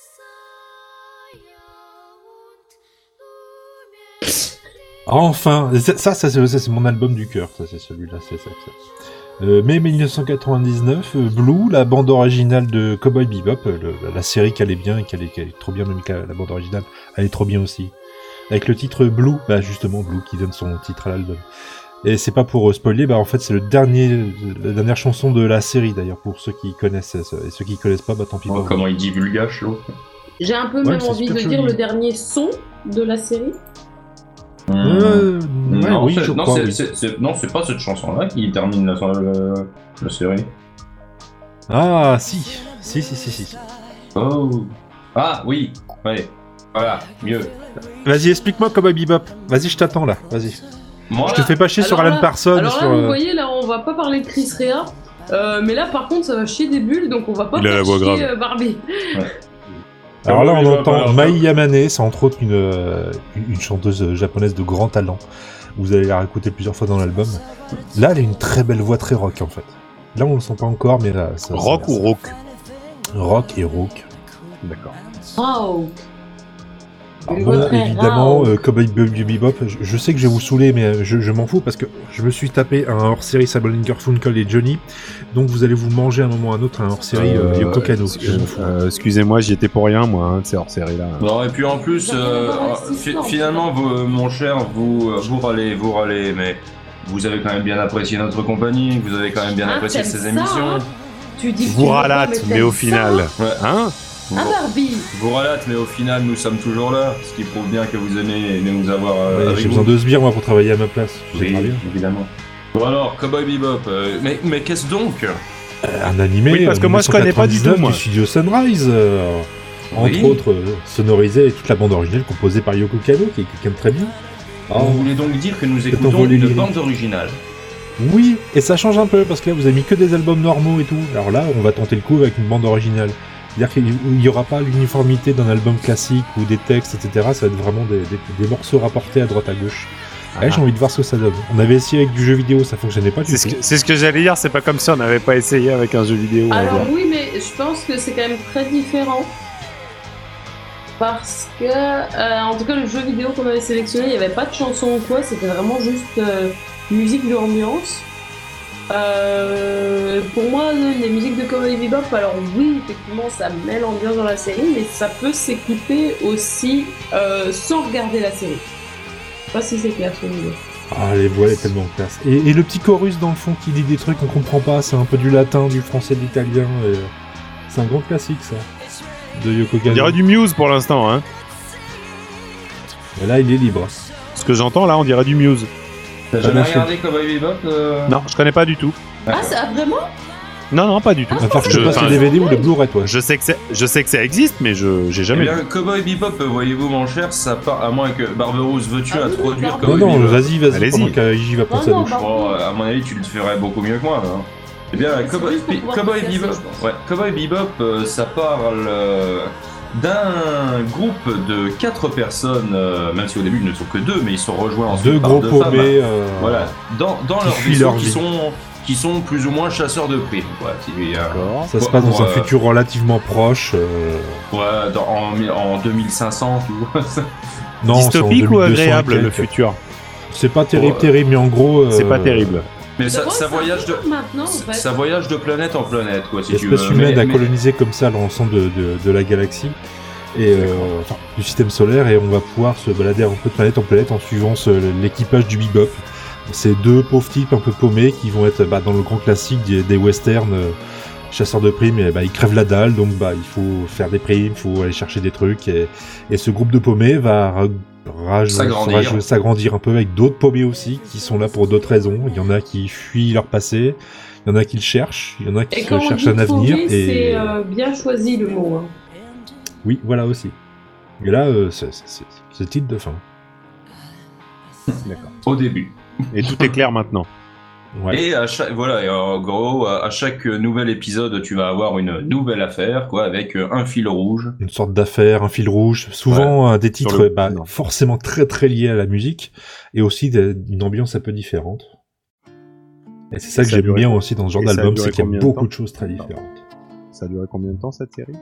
Enfin, ça c'est mon album du cœur, ça c'est celui-là, c'est ça. Mai 1999, Blue, la bande originale de Cowboy Bebop, la série qui allait bien et qui allait trop bien, même que la bande originale allait trop bien aussi. Avec le titre Blue, justement Blue qui donne son titre à l'album. Et c'est pas pour spoiler, en fait c'est la dernière chanson de la série d'ailleurs, pour ceux qui connaissent, et ceux qui connaissent pas, tant pis. Comment il divulgage l'autre. J'ai un peu même envie de dire le dernier son de la série. Non, oui, je crois. Non, c'est pas cette chanson-là qui termine la série. Ah, si. Oh. Ah, oui, ouais. Voilà, mieux. Vas-y, explique-moi Cowboy Bebop. Vas-y, je t'attends là, vas-y. Moi, je te fais pas chier sur Alan Parsons. Alors là, vous voyez, là, on va pas parler de Chris Rea. Mais là, par contre, ça va chier des bulles, donc on va pas faire chier Barbie. Ouais. Alors là, on entend Mai Yamane, c'est entre autres une chanteuse japonaise de grand talent. Vous allez la réécouter plusieurs fois dans l'album. Là, elle a une très belle voix, très rock en fait. Là, on le sent pas encore, mais là... Rock ou rock ? Rock et rock. D'accord. Oh. Bon, évidemment, Cowboy Bebop, je sais que je vais vous saouler, mais je m'en fous parce que je me suis tapé un hors-série Sabrina Garfunkel et Johnny, donc vous allez vous manger à un moment ou à un autre un hors-série Yoko Kanno. Excusez-moi, j'y étais pour rien, moi, de ces hors-séries-là. Non, et puis en plus, finalement, mon cher, vous râlez, mais vous avez quand même bien apprécié notre compagnie, vous avez quand même bien apprécié ces émissions. Tu dis vous râlate, mais au final, hein ? Barbie. Vous relate, mais au final, nous sommes toujours là, ce qui prouve bien que vous aimez nous avoir. J'ai besoin de sbires, moi, pour travailler à ma place. Oui, évidemment. Bon alors, Cowboy Bebop, mais qu'est-ce donc un animé. Oui, parce que moi je connais pas du tout, moi. Du studio Sunrise, entre autres, sonorisé et toute la bande originale composée par Yoko Kanno, qui est quelqu'un de très bien. Vous voulez donc dire que nous écoutons une bande originale? Oui, et ça change un peu, parce que là, vous avez mis que des albums normaux et tout. Alors là, on va tenter le coup avec une bande originale. C'est-à-dire qu'il n'y aura pas l'uniformité d'un album classique ou des textes, etc. Ça va être vraiment des morceaux rapportés à droite à gauche. J'ai envie de voir ce que ça donne. On avait essayé avec du jeu vidéo, ça fonctionnait pas du tout. C'est ce que j'allais dire, c'est pas comme si on n'avait pas essayé avec un jeu vidéo. Alors oui, mais je pense que c'est quand même très différent. Parce que, en tout cas, le jeu vidéo qu'on avait sélectionné, il n'y avait pas de chanson ou quoi, c'était vraiment juste musique d'ambiance. Pour moi, les musiques de Cowboy Bebop, alors oui, effectivement, ça met l'ambiance dans la série, mais ça peut s'écouter aussi sans regarder la série. Je sais pas si c'est clair ce que je veux dire. Ah, les voix, elle est tellement classe. Et le petit chorus dans le fond qui dit des trucs qu'on comprend pas, c'est un peu du latin, du français, de l'italien. C'est un grand classique, ça. De Yoko Kanno. On dirait du Muse pour l'instant, hein. Et là, il est libre. Ce que j'entends là, on dirait du Muse. T'as jamais regardé Cowboy Bebop Non, je connais pas du tout. Ah, ça vraiment? Non, pas du tout. Je passe le DVD ou le Blu-ray, toi. Je sais que ça existe, mais j'ai jamais. Eh bien, Cowboy Bebop, voyez-vous, mon cher, ça part. À moins que Barberousse, veux-tu introduire Cowboy Bebop? Non, vas-y, allez-y. Pendant qu'Aïgi va prendre sa douche. À mon avis, tu le ferais beaucoup mieux que moi, là. Eh bien, Cowboy Bebop, ça parle d'un groupe de 4 personnes, même si au début ils ne sont que 2, mais ils sont rejoints ensuite par 2 femmes. Voilà, dans leur vaisseau qui sont plus ou moins chasseurs de primes. Ça se passe dans un futur relativement proche. En 2500, tu vois. Non, dystopique ou agréable le futur? C'est pas terrible, mais en gros. C'est pas terrible. Mais ça voyage de planète en planète, quoi, si tu veux. L'espèce humaine a colonisé comme ça l'ensemble de la galaxie, et du système solaire, et on va pouvoir se balader un peu de planète en planète en suivant l'équipage du Bebop. C'est 2 pauvres types un peu paumés qui vont être dans le grand classique des westerns chasseurs de primes, et ils crèvent la dalle, donc il faut faire des primes, il faut aller chercher des trucs, et ce groupe de paumés va s'agrandir un peu avec d'autres paumés aussi qui sont là pour d'autres raisons. Il y en a qui fuient leur passé, il y en a qui le cherchent, il y en a qui cherchent un avenir. Et c'est bien choisi le mot. Hein. Oui, voilà aussi. Et là, c'est le titre de fin. D'accord. Au début. Et tout est clair maintenant. Ouais. Et en gros, à chaque nouvel épisode, tu vas avoir une nouvelle affaire, quoi, avec un fil rouge. Une sorte d'affaire, un fil rouge. Souvent des titres forcément très très liés à la musique, et aussi d'une ambiance un peu différente. Et c'est ça que j'aime bien aussi dans ce genre d'album, c'est qu'il y a beaucoup de choses très différentes. Ça a duré combien de temps cette série?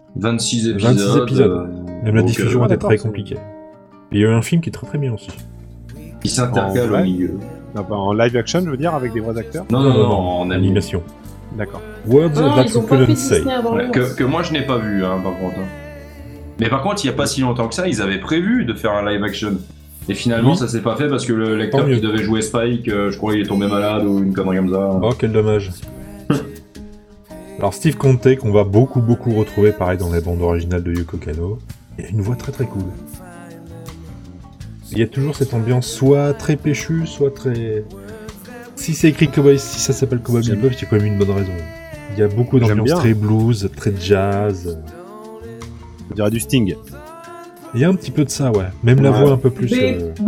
26 épisodes. Même la diffusion était très compliquée. Et il y a eu un film qui est très très bien aussi. Qui s'intercale au milieu. En live action, je veux dire, avec des vrais acteurs? Non, en animation. D'accord. Words That You Couldn't Say. Que moi je n'ai pas vu, par contre. Mais par contre, il n'y a pas si longtemps que ça, ils avaient prévu de faire un live action. Et finalement, ça s'est pas fait parce que l'acteur qui devait jouer Spike, je crois qu'il est tombé malade ou une connerie comme ça. Oh, quel dommage. Alors, Steve Conte, qu'on va beaucoup retrouver, pareil, dans les bandes originales de Yoko Kanno. Il a une voix très très cool. Il y a toujours cette ambiance soit très péchue, soit très... Si c'est écrit Cowboy, si ça s'appelle Cowboy Bebop, c'est quand même une bonne raison. Il y a beaucoup d'ambiance très blues, très jazz. On dirait du Sting. Il y a un petit peu de ça, ouais. Même la voix un peu plus...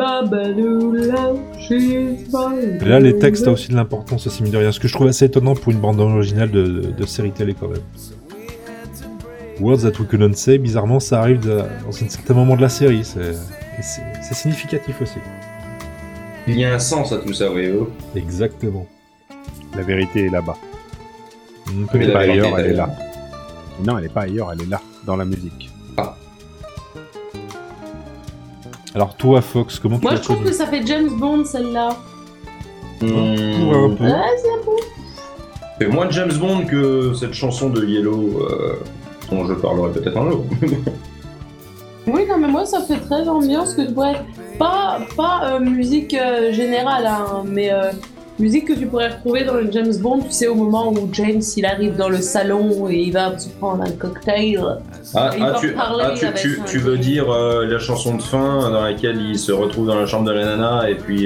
Là, les textes ont aussi de l'importance, aussi, mine de rien. Ce que je trouve assez étonnant pour une bande originale de série télé, quand même. Words That We Couldn't Say, bizarrement, ça arrive dans un certain moment de la série. C'est significatif aussi. Il y a un sens à tout ça, voyez-vous. Exactement. La vérité est là-bas. Elle n'est pas ailleurs, elle est là. Non, elle n'est pas ailleurs, elle est là, dans la musique. Ah. Alors toi, Fox, comment tu l'as Moi, je trouve que ça fait James Bond, celle-là. Un peu. Ouais, c'est un peu. C'est moins James Bond que cette chanson de Yellow, dont je parlerai peut-être un jour. Oui, non, mais moi, ça fait très ambiance que... Ouais, pas musique générale, hein, mais musique que tu pourrais retrouver dans le James Bond, tu sais, au moment où James, il arrive dans le salon et il va se prendre un cocktail. Tu veux dire la chanson de fin dans laquelle il se retrouve dans la chambre de la nana et puis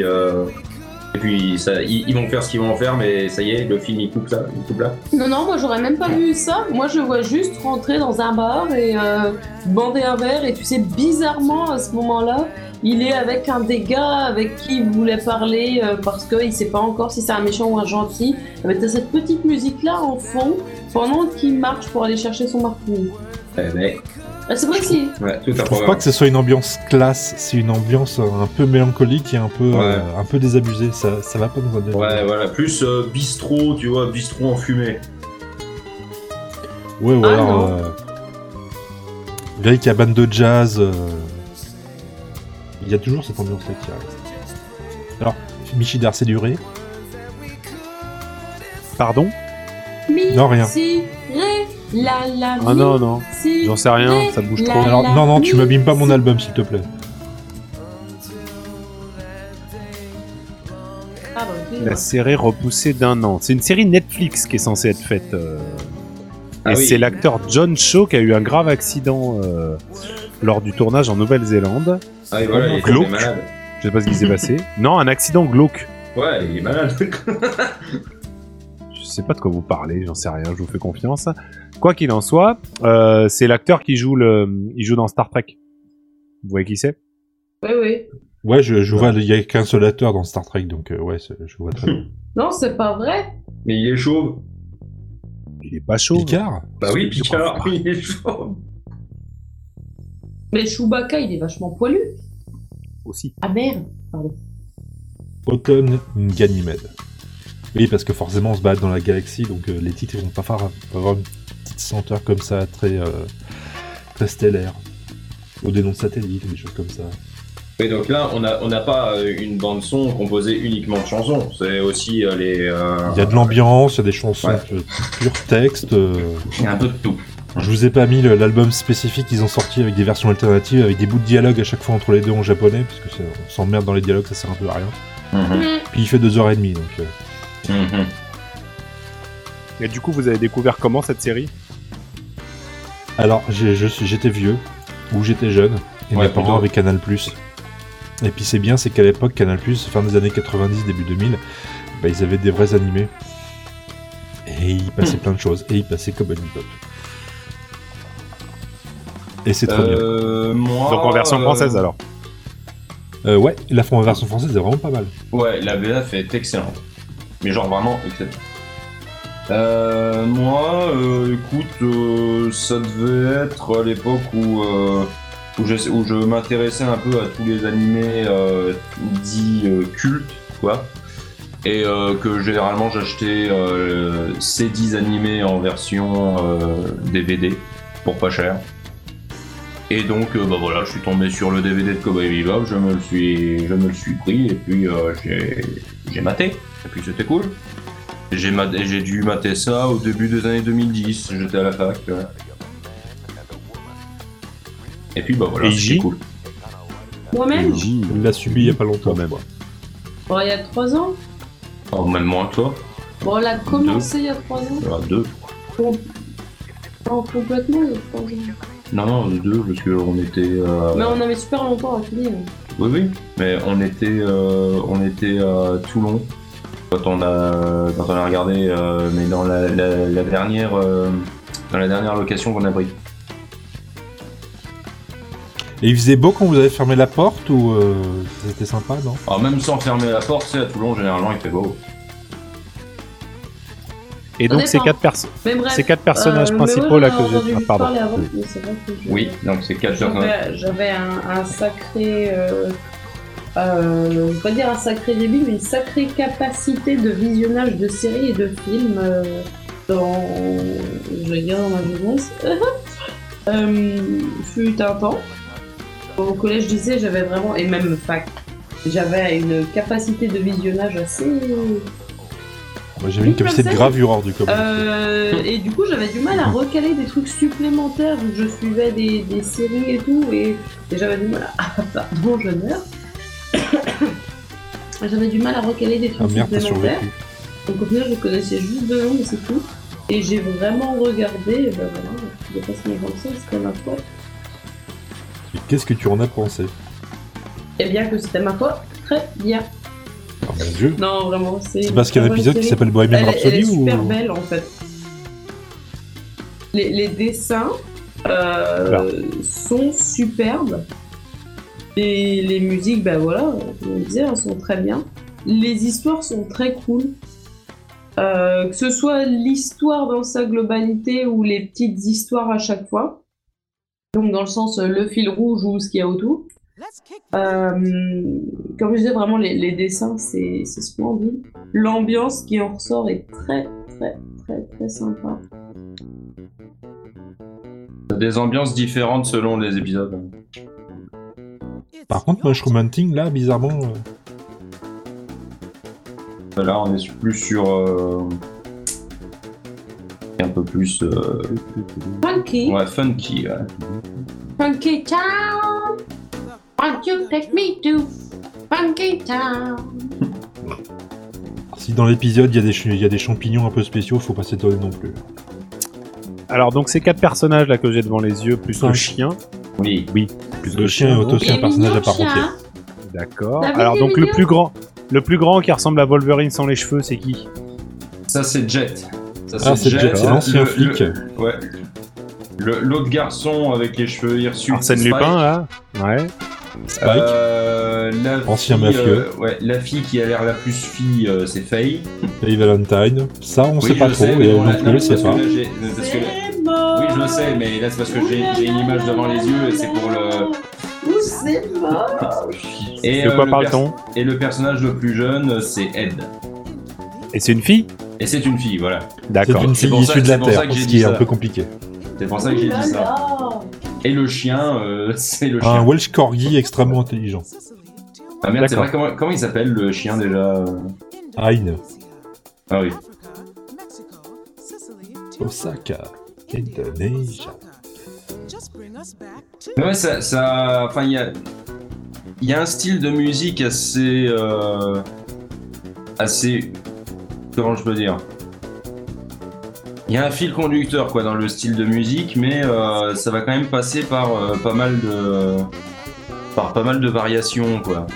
ils vont faire ce qu'ils vont en faire, mais ça y est, le film il coupe là. Non, moi j'aurais même pas vu ça. Moi je vois juste rentrer dans un bar et bander un verre et tu sais, bizarrement à ce moment-là, il est avec un des gars avec qui il voulait parler parce qu'il sait pas encore si c'est un méchant ou un gentil. Mais t'as cette petite musique-là en fond pendant qu'il marche pour aller chercher son martini. C'est possible. Ouais, je trouve pas que ce soit une ambiance classe, c'est une ambiance un peu mélancolique et un peu désabusée. Ça va pas nous aider. Ouais, voilà, plus bistrot, tu vois, bistrot enfumé. Ouais, ou alors vieille cabane de jazz. Il y a toujours cette ambiance-là qui reste. Alors, Michidar, c'est duré. Pardon? Non, rien. Ah non, j'en sais rien, ça bouge trop. Alors, non, tu m'abîmes pas mon album, s'il te plaît. La série repoussée d'1 an. C'est une série Netflix qui est censée être faite. C'est l'acteur John Cho qui a eu un grave accident lors du tournage en Nouvelle-Zélande. Ah et voilà, il est malade. Je sais pas ce qui s'est passé. Non, un accident glauque. Ouais, il est malade. Je sais pas de quoi vous parlez, j'en sais rien, je vous fais confiance. Quoi qu'il en soit, c'est l'acteur qui joue il joue dans Star Trek. Vous voyez qui c'est? Oui. Ouais, je vois, il y a qu'un seul acteur dans Star Trek, donc ouais, je vois très bien. Non, c'est pas vrai. Mais il est chauve. Il est pas chauve. Picard? Bah oui, Picard, il est chauve. Mais Chewbacca, il est vachement poilu. Aussi. Ah merde, pardon. Autumn Ganymede. Oui, parce que forcément, on se balade dans la galaxie, donc les titres vont pas avoir une petite senteur comme ça, très stellaire. Ou des noms de satellites, ou des choses comme ça. Oui, donc là, on n'a pas une bande-son composée uniquement de chansons. C'est aussi les... Il y a de l'ambiance, il y a des chansons pur texte. Il y a un peu de tout. Je vous ai pas mis l'album spécifique qu'ils ont sorti avec des versions alternatives, avec des bouts de dialogue à chaque fois entre les deux en japonais, parce que on s'emmerde dans les dialogues, ça sert un peu à rien. Puis il fait 2h30, donc... Et du coup, vous avez découvert comment cette série? Alors, j'étais vieux, ou j'étais jeune, et mes parents avaient Canal+. Et puis c'est bien, c'est qu'à l'époque, Canal+, fin des années 90, début 2000, ils avaient des vrais animés. Et ils passaient plein de choses, et ils passaient Cowboy Bebop. Et c'est très bien. Donc en version française alors. Ouais, la version française est vraiment pas mal. Ouais, la VF est excellente. Mais genre vraiment excellente. Moi, écoute, ça devait être à l'époque où je m'intéressais un peu à tous les animés dits cultes, quoi. Et que généralement j'achetais ces 10 animés en version DVD. pour pas cher. Et donc voilà, je suis tombé sur le DVD de Cowboy Bebop, je me le suis pris et puis j'ai maté. Et puis c'était cool. J'ai dû mater ça au début des années 2010, j'étais à la fac. Et puis voilà, c'était cool. Moi-même il l'a subi il y a pas longtemps même. Bon, il y a 3 ans. Oh, même moins que toi. Bon, on l'a commencé il y a 3 ans. Voilà, 2. Bon. Non, complètement il y a 3 ans. Non, 2, parce qu'on était... Mais on avait super longtemps à finir. Oui, mais on était à Toulon quand on a regardé, mais dans la dernière location qu'on a pris. Et il faisait beau quand vous avez fermé la porte ou c'était sympa, non? Alors même sans fermer la porte, c'est à Toulon, généralement il fait beau. Et donc ces 4 personnages principaux là que j'ai... Ah, pardon. Avant, oui, donc c'est 4 personnages. J'avais un sacré... pas dire un sacré début, mais une sacrée capacité de visionnage de séries et de films dans ma jeunesse. Fut un temps. Au collège, je disais, j'avais vraiment, et même fac, j'avais une capacité de visionnage assez... Moi j'avais une capacité de gravure hors du commun. Et du coup, j'avais du mal à recaler des trucs supplémentaires, vu que je suivais des séries et tout, et j'avais du mal à... Pardon, je meurs. J'avais du mal à recaler des trucs supplémentaires. Donc au final, je connaissais juste de nom, mais c'est tout. Et j'ai vraiment regardé, et ben voilà, j'ai passé mon temps, c'était ma foi. Et qu'est-ce que tu en as pensé? Eh bien que c'était ma foi très bien. Oh mon Dieu. Non, vraiment, c'est parce qu'il y a un épisode qui s'appelle Bohemian Rhapsody elle est ou... super belle en fait. Les dessins sont superbes. Et les musiques, ben voilà, comme on disait, elles sont très bien. Les histoires sont très cool. Que ce soit l'histoire dans sa globalité ou les petites histoires à chaque fois. Donc dans le sens le fil rouge ou ce qu'il y a autour. Comme je disais, vraiment les dessins c'est splendide. L'ambiance qui en ressort est très très très très sympa. Des ambiances différentes selon les épisodes. Par contre, Mushroom Hunting, là, bizarrement... Là, on est plus sur... un peu plus... Funky. Ouais, funky, ouais. Funky Town. Won't you take me to Funky Town. Si dans l'épisode, il y a des champignons un peu spéciaux, faut pas s'étonner non plus. Alors, donc, ces 4 personnages là que j'ai devant les yeux, plus le chien. Oui. Plus le chien est aussi un personnage à part entière. D'accord. Alors, donc, le plus grand qui ressemble à Wolverine sans les cheveux, c'est qui? Ça, c'est Jet. C'est Jet, c'est l'ancien flic. Ouais. L'autre garçon avec les cheveux hirsutes. Arsène Lupin, là. Ouais. Spike. Ancien mafieux. Ouais, la fille qui a l'air la plus fille, c'est Faye. Faye Valentine. Ça, on sait pas trop, et non plus, c'est pas. Oui, je le sais, mais là, c'est parce que j'ai une image devant les yeux, et c'est pour le... C'est mort. Et de quoi parle-t-on? Et le personnage le plus jeune, c'est Ed. Et c'est une fille? Et c'est une fille, voilà. D'accord. C'est une fille issue de la Terre, ce qui est un peu compliqué. C'est pour ça que j'ai dit ça. Et le chien, c'est le chien. Un Welsh Corgi extrêmement intelligent. Ah merde, c'est vrai, comment il s'appelle le chien déjà? Aine. Ah oui. Osaka, Indonesia. Ouais, ça, enfin, il y a un style de musique assez, comment je peux dire? Il y a un fil conducteur quoi dans le style de musique, mais ça va quand même passer par pas mal de variations quoi.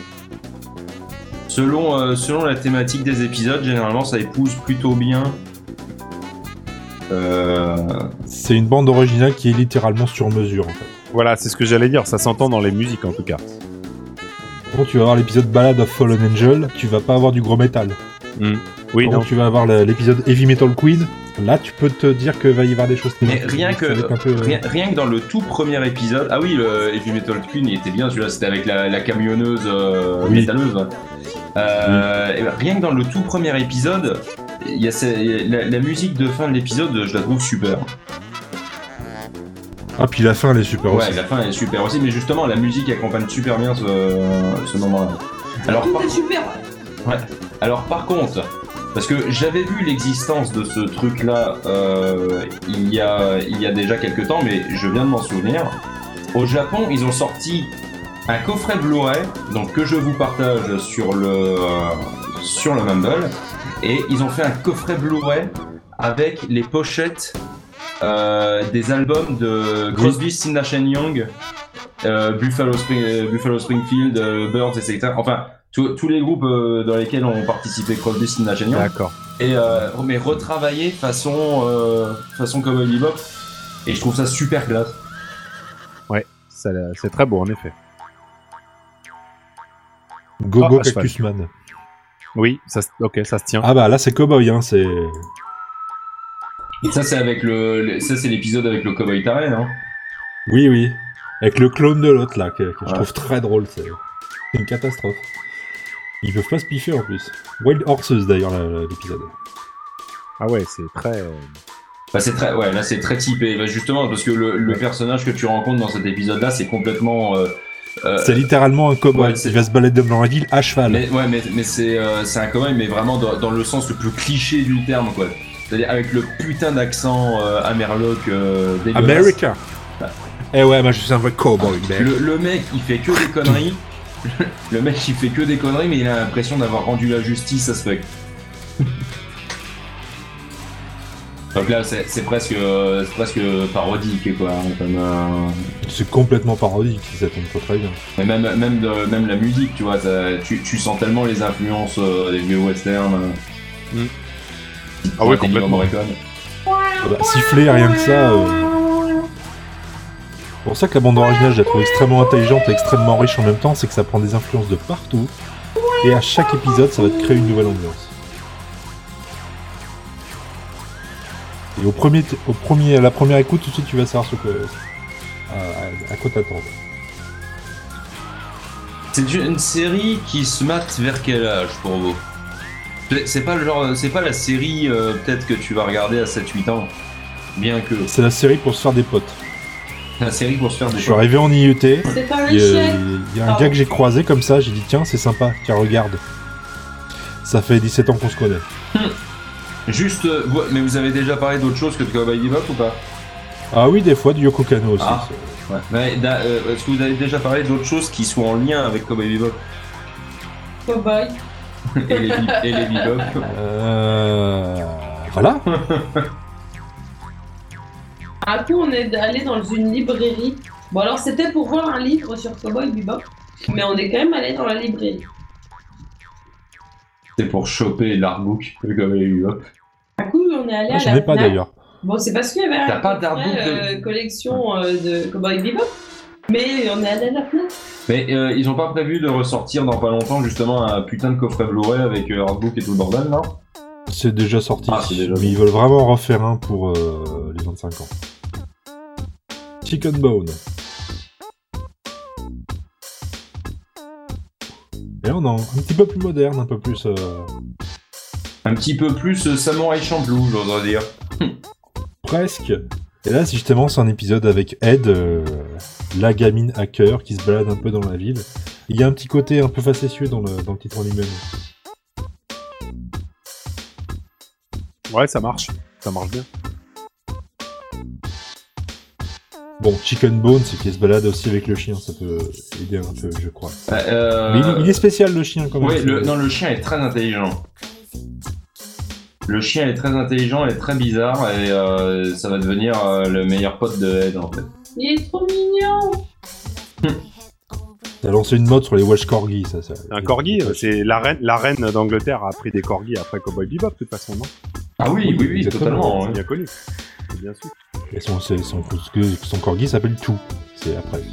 Selon la thématique des épisodes, généralement ça épouse plutôt bien. C'est une bande originale qui est littéralement sur mesure en fait. Voilà, c'est ce que j'allais dire, ça s'entend dans les musiques en tout cas. Quand tu vas avoir l'épisode Ballad of Fallen Angel, tu vas pas avoir du gros métal. Oui, quand tu vas avoir l'épisode Heavy Metal Queen, là tu peux te dire que va y avoir des choses. Mais rien que dans le tout premier épisode, ah oui, le Heavy Metal Queen il était bien, celui-là c'était avec la camionneuse métalleuse. Et rien que dans le tout premier épisode, il y a la musique de fin de l'épisode, je la trouve super. Ah, puis la fin, elle est super aussi. Ouais, la fin, elle est super aussi, mais justement, la musique accompagne super bien ce moment-là. Alors, tout est super. Ouais. Alors, par contre, parce que j'avais vu l'existence de ce truc-là il y a déjà quelques temps, mais je viens de m'en souvenir. Au Japon, ils ont sorti un coffret Blu-ray, donc que je vous partage sur le Mumble, et ils ont fait un coffret Blu-ray avec les pochettes des albums de Crosby, Stills, Nash & Young, Buffalo Springfield, Birds, etc. Enfin, tous les groupes dans lesquels ont participé Crosby, Stills, Nash & Young. D'accord. Et mais retravaillé façon Cowboy Bebop. Et je trouve ça super classe. Ouais, c'est très beau en effet. Gogo Cactus Man. Oui, ça se tient. Ah bah là c'est Cowboy, hein, c'est... Ça c'est avec ça c'est l'épisode avec le Cowboy taré, non? Oui. Avec le clone de l'autre là, que je trouve très drôle, c'est une catastrophe. Ils peuvent pas se piffer en plus. Wild Horses d'ailleurs l'épisode. Ah ouais, c'est très... Bah c'est très, ouais, là c'est très typé, bah, justement parce que le personnage que tu rencontres dans cet épisode là c'est complètement... c'est littéralement un cowboy, il va se balader dans la ville à cheval. Mais c'est un cowboy, mais vraiment dans le sens le plus cliché du terme, quoi. C'est-à-dire avec le putain d'accent Amerloc dégueulasse. America. Eh ouais, moi je suis un vrai cowboy. Le mec, il fait que des conneries. Le mec, il fait que des conneries, mais il a l'impression d'avoir rendu la justice à ce mec. Donc là, c'est presque parodique, quoi. C'est complètement parodique, ça tombe pas très bien. Mais même la musique, tu vois, tu sens tellement les influences des vieux westerns. Ah ouais, complètement. Siffler, rien que ça. C'est pour ça que la bande originale, je la trouve extrêmement intelligente et extrêmement riche en même temps, c'est que ça prend des influences de partout. Et à chaque épisode, ça va te créer une nouvelle ambiance. Et à la première écoute, tout de suite, tu vas savoir à quoi t'attendre. C'est une série qui se mate vers quel âge pour vous? C'est pas la série peut-être que tu vas regarder à 7-8 ans, bien que... C'est la série pour se faire des potes. C'est la série pour se faire des potes. Je suis arrivé en IUT, il y a un gars que j'ai croisé comme ça, j'ai dit tiens c'est sympa, tiens regarde. Ça fait 17 ans qu'on se connaît. Juste, mais vous avez déjà parlé d'autre chose que de Cowboy Bebop ou pas? Ah oui, des fois, du Yoko Kanno aussi. Ah. Ouais. Mais est-ce que vous avez déjà parlé d'autres choses qui soient en lien avec Cowboy Bebop? Cowboy. et les Bebop. Voilà. Un coup, on est allé dans une librairie. Bon, alors c'était pour voir un livre sur Cowboy Bebop, mais on est quand même allé dans la librairie. C'est pour choper l'artbook de Cowboy Bebop. Un coup, on est allé à la j'en ai pas d'ailleurs. Bon, c'est parce qu'il y avait une collection de Cowboy Bebop, mais on est allé à la FNAC. Mais ils ont pas prévu de ressortir dans pas longtemps justement un putain de coffret Blu-ray avec artbook et tout le bordel, non? C'est déjà sorti, c'est déjà mais ils veulent vraiment en refaire un pour les 25 ans. Chicken Bone. Et on a un petit peu plus moderne, un peu plus... Un petit peu plus Samurai Champloo, j'oserais dire. Presque. Et là, justement, c'est un épisode avec Ed, la gamine hacker qui se balade un peu dans la ville. Il y a un petit côté un peu facétieux dans le titre en lui-même. Ouais, ça marche bien. Bon, Chicken Bone, c'est qu'il se balade aussi avec le chien, ça peut aider un peu, je crois. Mais il est spécial, le chien, quand même. Oui, le chien est très intelligent. Le chien est très intelligent et très bizarre, et ça va devenir le meilleur pote de Ed, en fait. Il est trop mignon. T'as lancé une mode sur les Welsh Corgis, ça. Un corgi, c'est la reine d'Angleterre a pris des corgis après Cowboy Bebop, de toute façon, non? Ah oui, totalement. C'est bien connu. C'est bien sûr. Et son corgi s'appelle Tout. C'est après.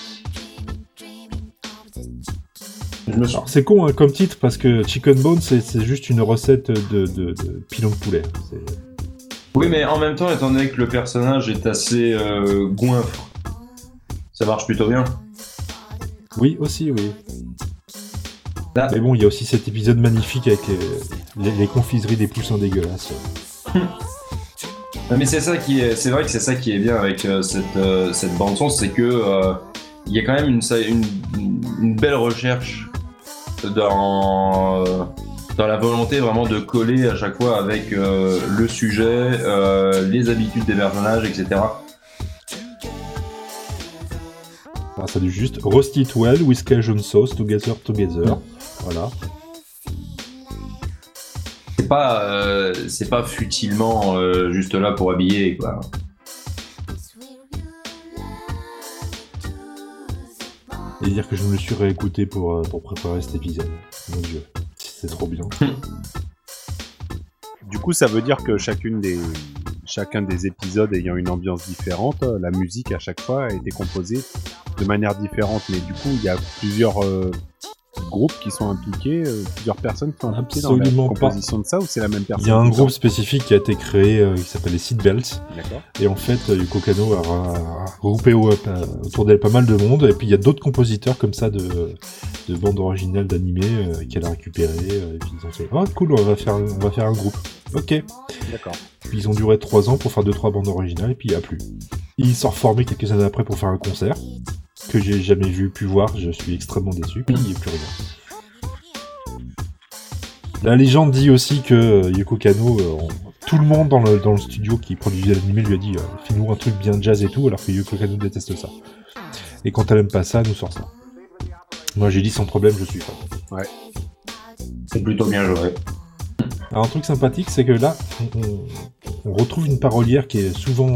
Alors, c'est con hein, comme titre parce que Chicken Bone c'est juste une recette de pilon de poulet. Oui, mais en même temps, étant donné que le personnage est assez goinfre, ça marche plutôt bien. Oui, aussi, oui. Là. Mais bon, il y a aussi cet épisode magnifique avec les confiseries des poussins dégueulasses. Mais c'est vrai que c'est ça qui est bien avec cette bande son, c'est que il y a quand même une belle recherche dans la volonté vraiment de coller à chaque fois avec le sujet, les habitudes des personnages, etc. Alors, ça dit juste roast it well with Cajun sauce together. Voilà. C'est pas futilement juste là pour habiller, quoi. Et dire que je me le suis réécouté pour préparer cet épisode. Mon Dieu, c'est trop bien. Du coup, ça veut dire que chacun des épisodes ayant une ambiance différente, la musique à chaque fois a été composée de manière différente. Mais du coup, il y a plusieurs groupes qui sont impliqués, plusieurs personnes qui sont impliquées dans la composition de ça, ou c'est la même personne? Il y a un groupe spécifique qui a été créé qui s'appelle les Seatbelts. D'accord. Et en fait, Yoko Kanno a regroupé autour d'elle pas mal de monde. Et puis il y a d'autres compositeurs comme ça de bandes originales d'animés qu'elle a récupéré. Et puis ils ont fait cool, on va faire un groupe. Ok. D'accord. Puis ils ont duré 3 ans pour faire 2-3 bandes originales et puis il n'y a plus. Ils sont reformés quelques années après pour faire un concert que j'ai jamais pu voir, je suis extrêmement déçu, puis il n'y a plus rien. La légende dit aussi que Yoko Kanno, tout le monde dans le studio qui produisait l'anime lui a dit fais-nous un truc bien jazz et tout, alors que Yoko Kanno déteste ça. Et quand elle aime pas ça, elle nous sort ça. Moi j'ai dit sans problème, je suis fan. Ouais. C'est plutôt bien joué. Alors un truc sympathique, c'est que là, on retrouve une parolière qui est souvent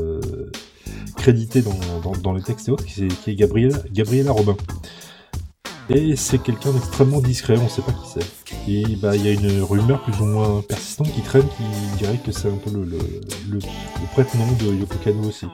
créditée dans les textes et autres, qui est Gabriella Robin. Et c'est quelqu'un d'extrêmement discret, on sait pas qui c'est. Et il y a une rumeur plus ou moins persistante qui traîne, qui dirait que c'est un peu le prête-nom de Yoko Kanno aussi.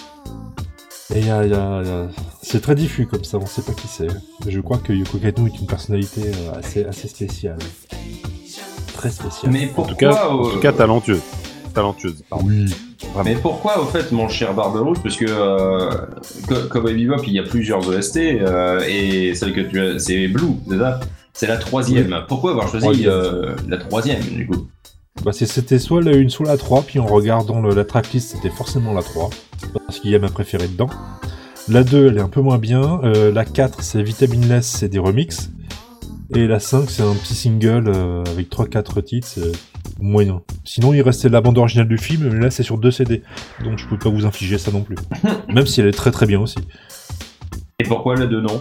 Et c'est très diffus comme ça, on sait pas qui c'est. Je crois que Yoko Kanno est une personnalité assez spéciale. Très spéciale. Mais pourquoi, en tout cas talentueuse. Pardon. Oui. Vraiment. Mais pourquoi, au fait, mon cher Barberousse, parce que Cowboy Bebop, il y a plusieurs OST, et celle que tu as, c'est Blue, c'est ça? C'est la 3e. Oui. Pourquoi avoir choisi la 3e, du coup? C'était soit la 1, soit la 3, puis en regardant la tracklist, c'était forcément la 3, parce qu'il y a ma préférée dedans. La 2, elle est un peu moins bien. La 4, c'est Vitaminless, c'est des remixes. Et la 5, c'est un petit single avec 3-4 titres, moyen. Sinon, il restait la bande originale du film, mais là, c'est sur 2 CD. Donc, je peux pas vous infliger ça non plus. Même si elle est très très bien aussi. Et pourquoi la 2 non?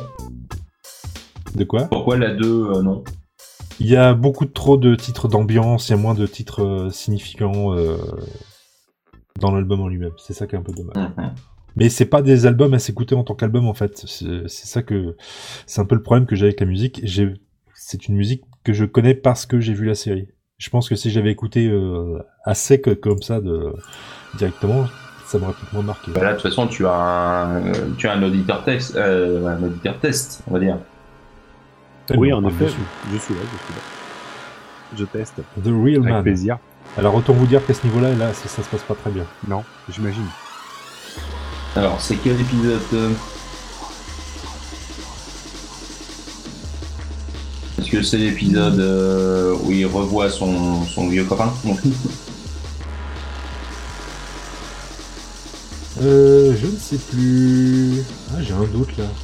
De quoi? Pourquoi la 2 non? Il y a beaucoup trop de titres d'ambiance, il y a moins de titres significants dans l'album en lui-même. C'est ça qui est un peu dommage. Mais c'est pas des albums à s'écouter en tant qu'album, en fait. C'est un peu le problème que j'ai avec la musique. C'est une musique que je connais parce que j'ai vu la série. Je pense que si j'avais écouté à sec comme ça directement, ça m'aurait peut-être moins marqué. Bah là, de toute façon, tu as un auditeur test, on va dire. Oui, en effet, je suis là. Je teste. The Real Man. Avec plaisir. Alors autant vous dire qu'à ce niveau-là, ça se passe pas très bien. Non, j'imagine. Alors, c'est quel épisode Est-ce que c'est l'épisode où il revoit son vieux copain? Je ne sais plus. Ah, j'ai un doute là.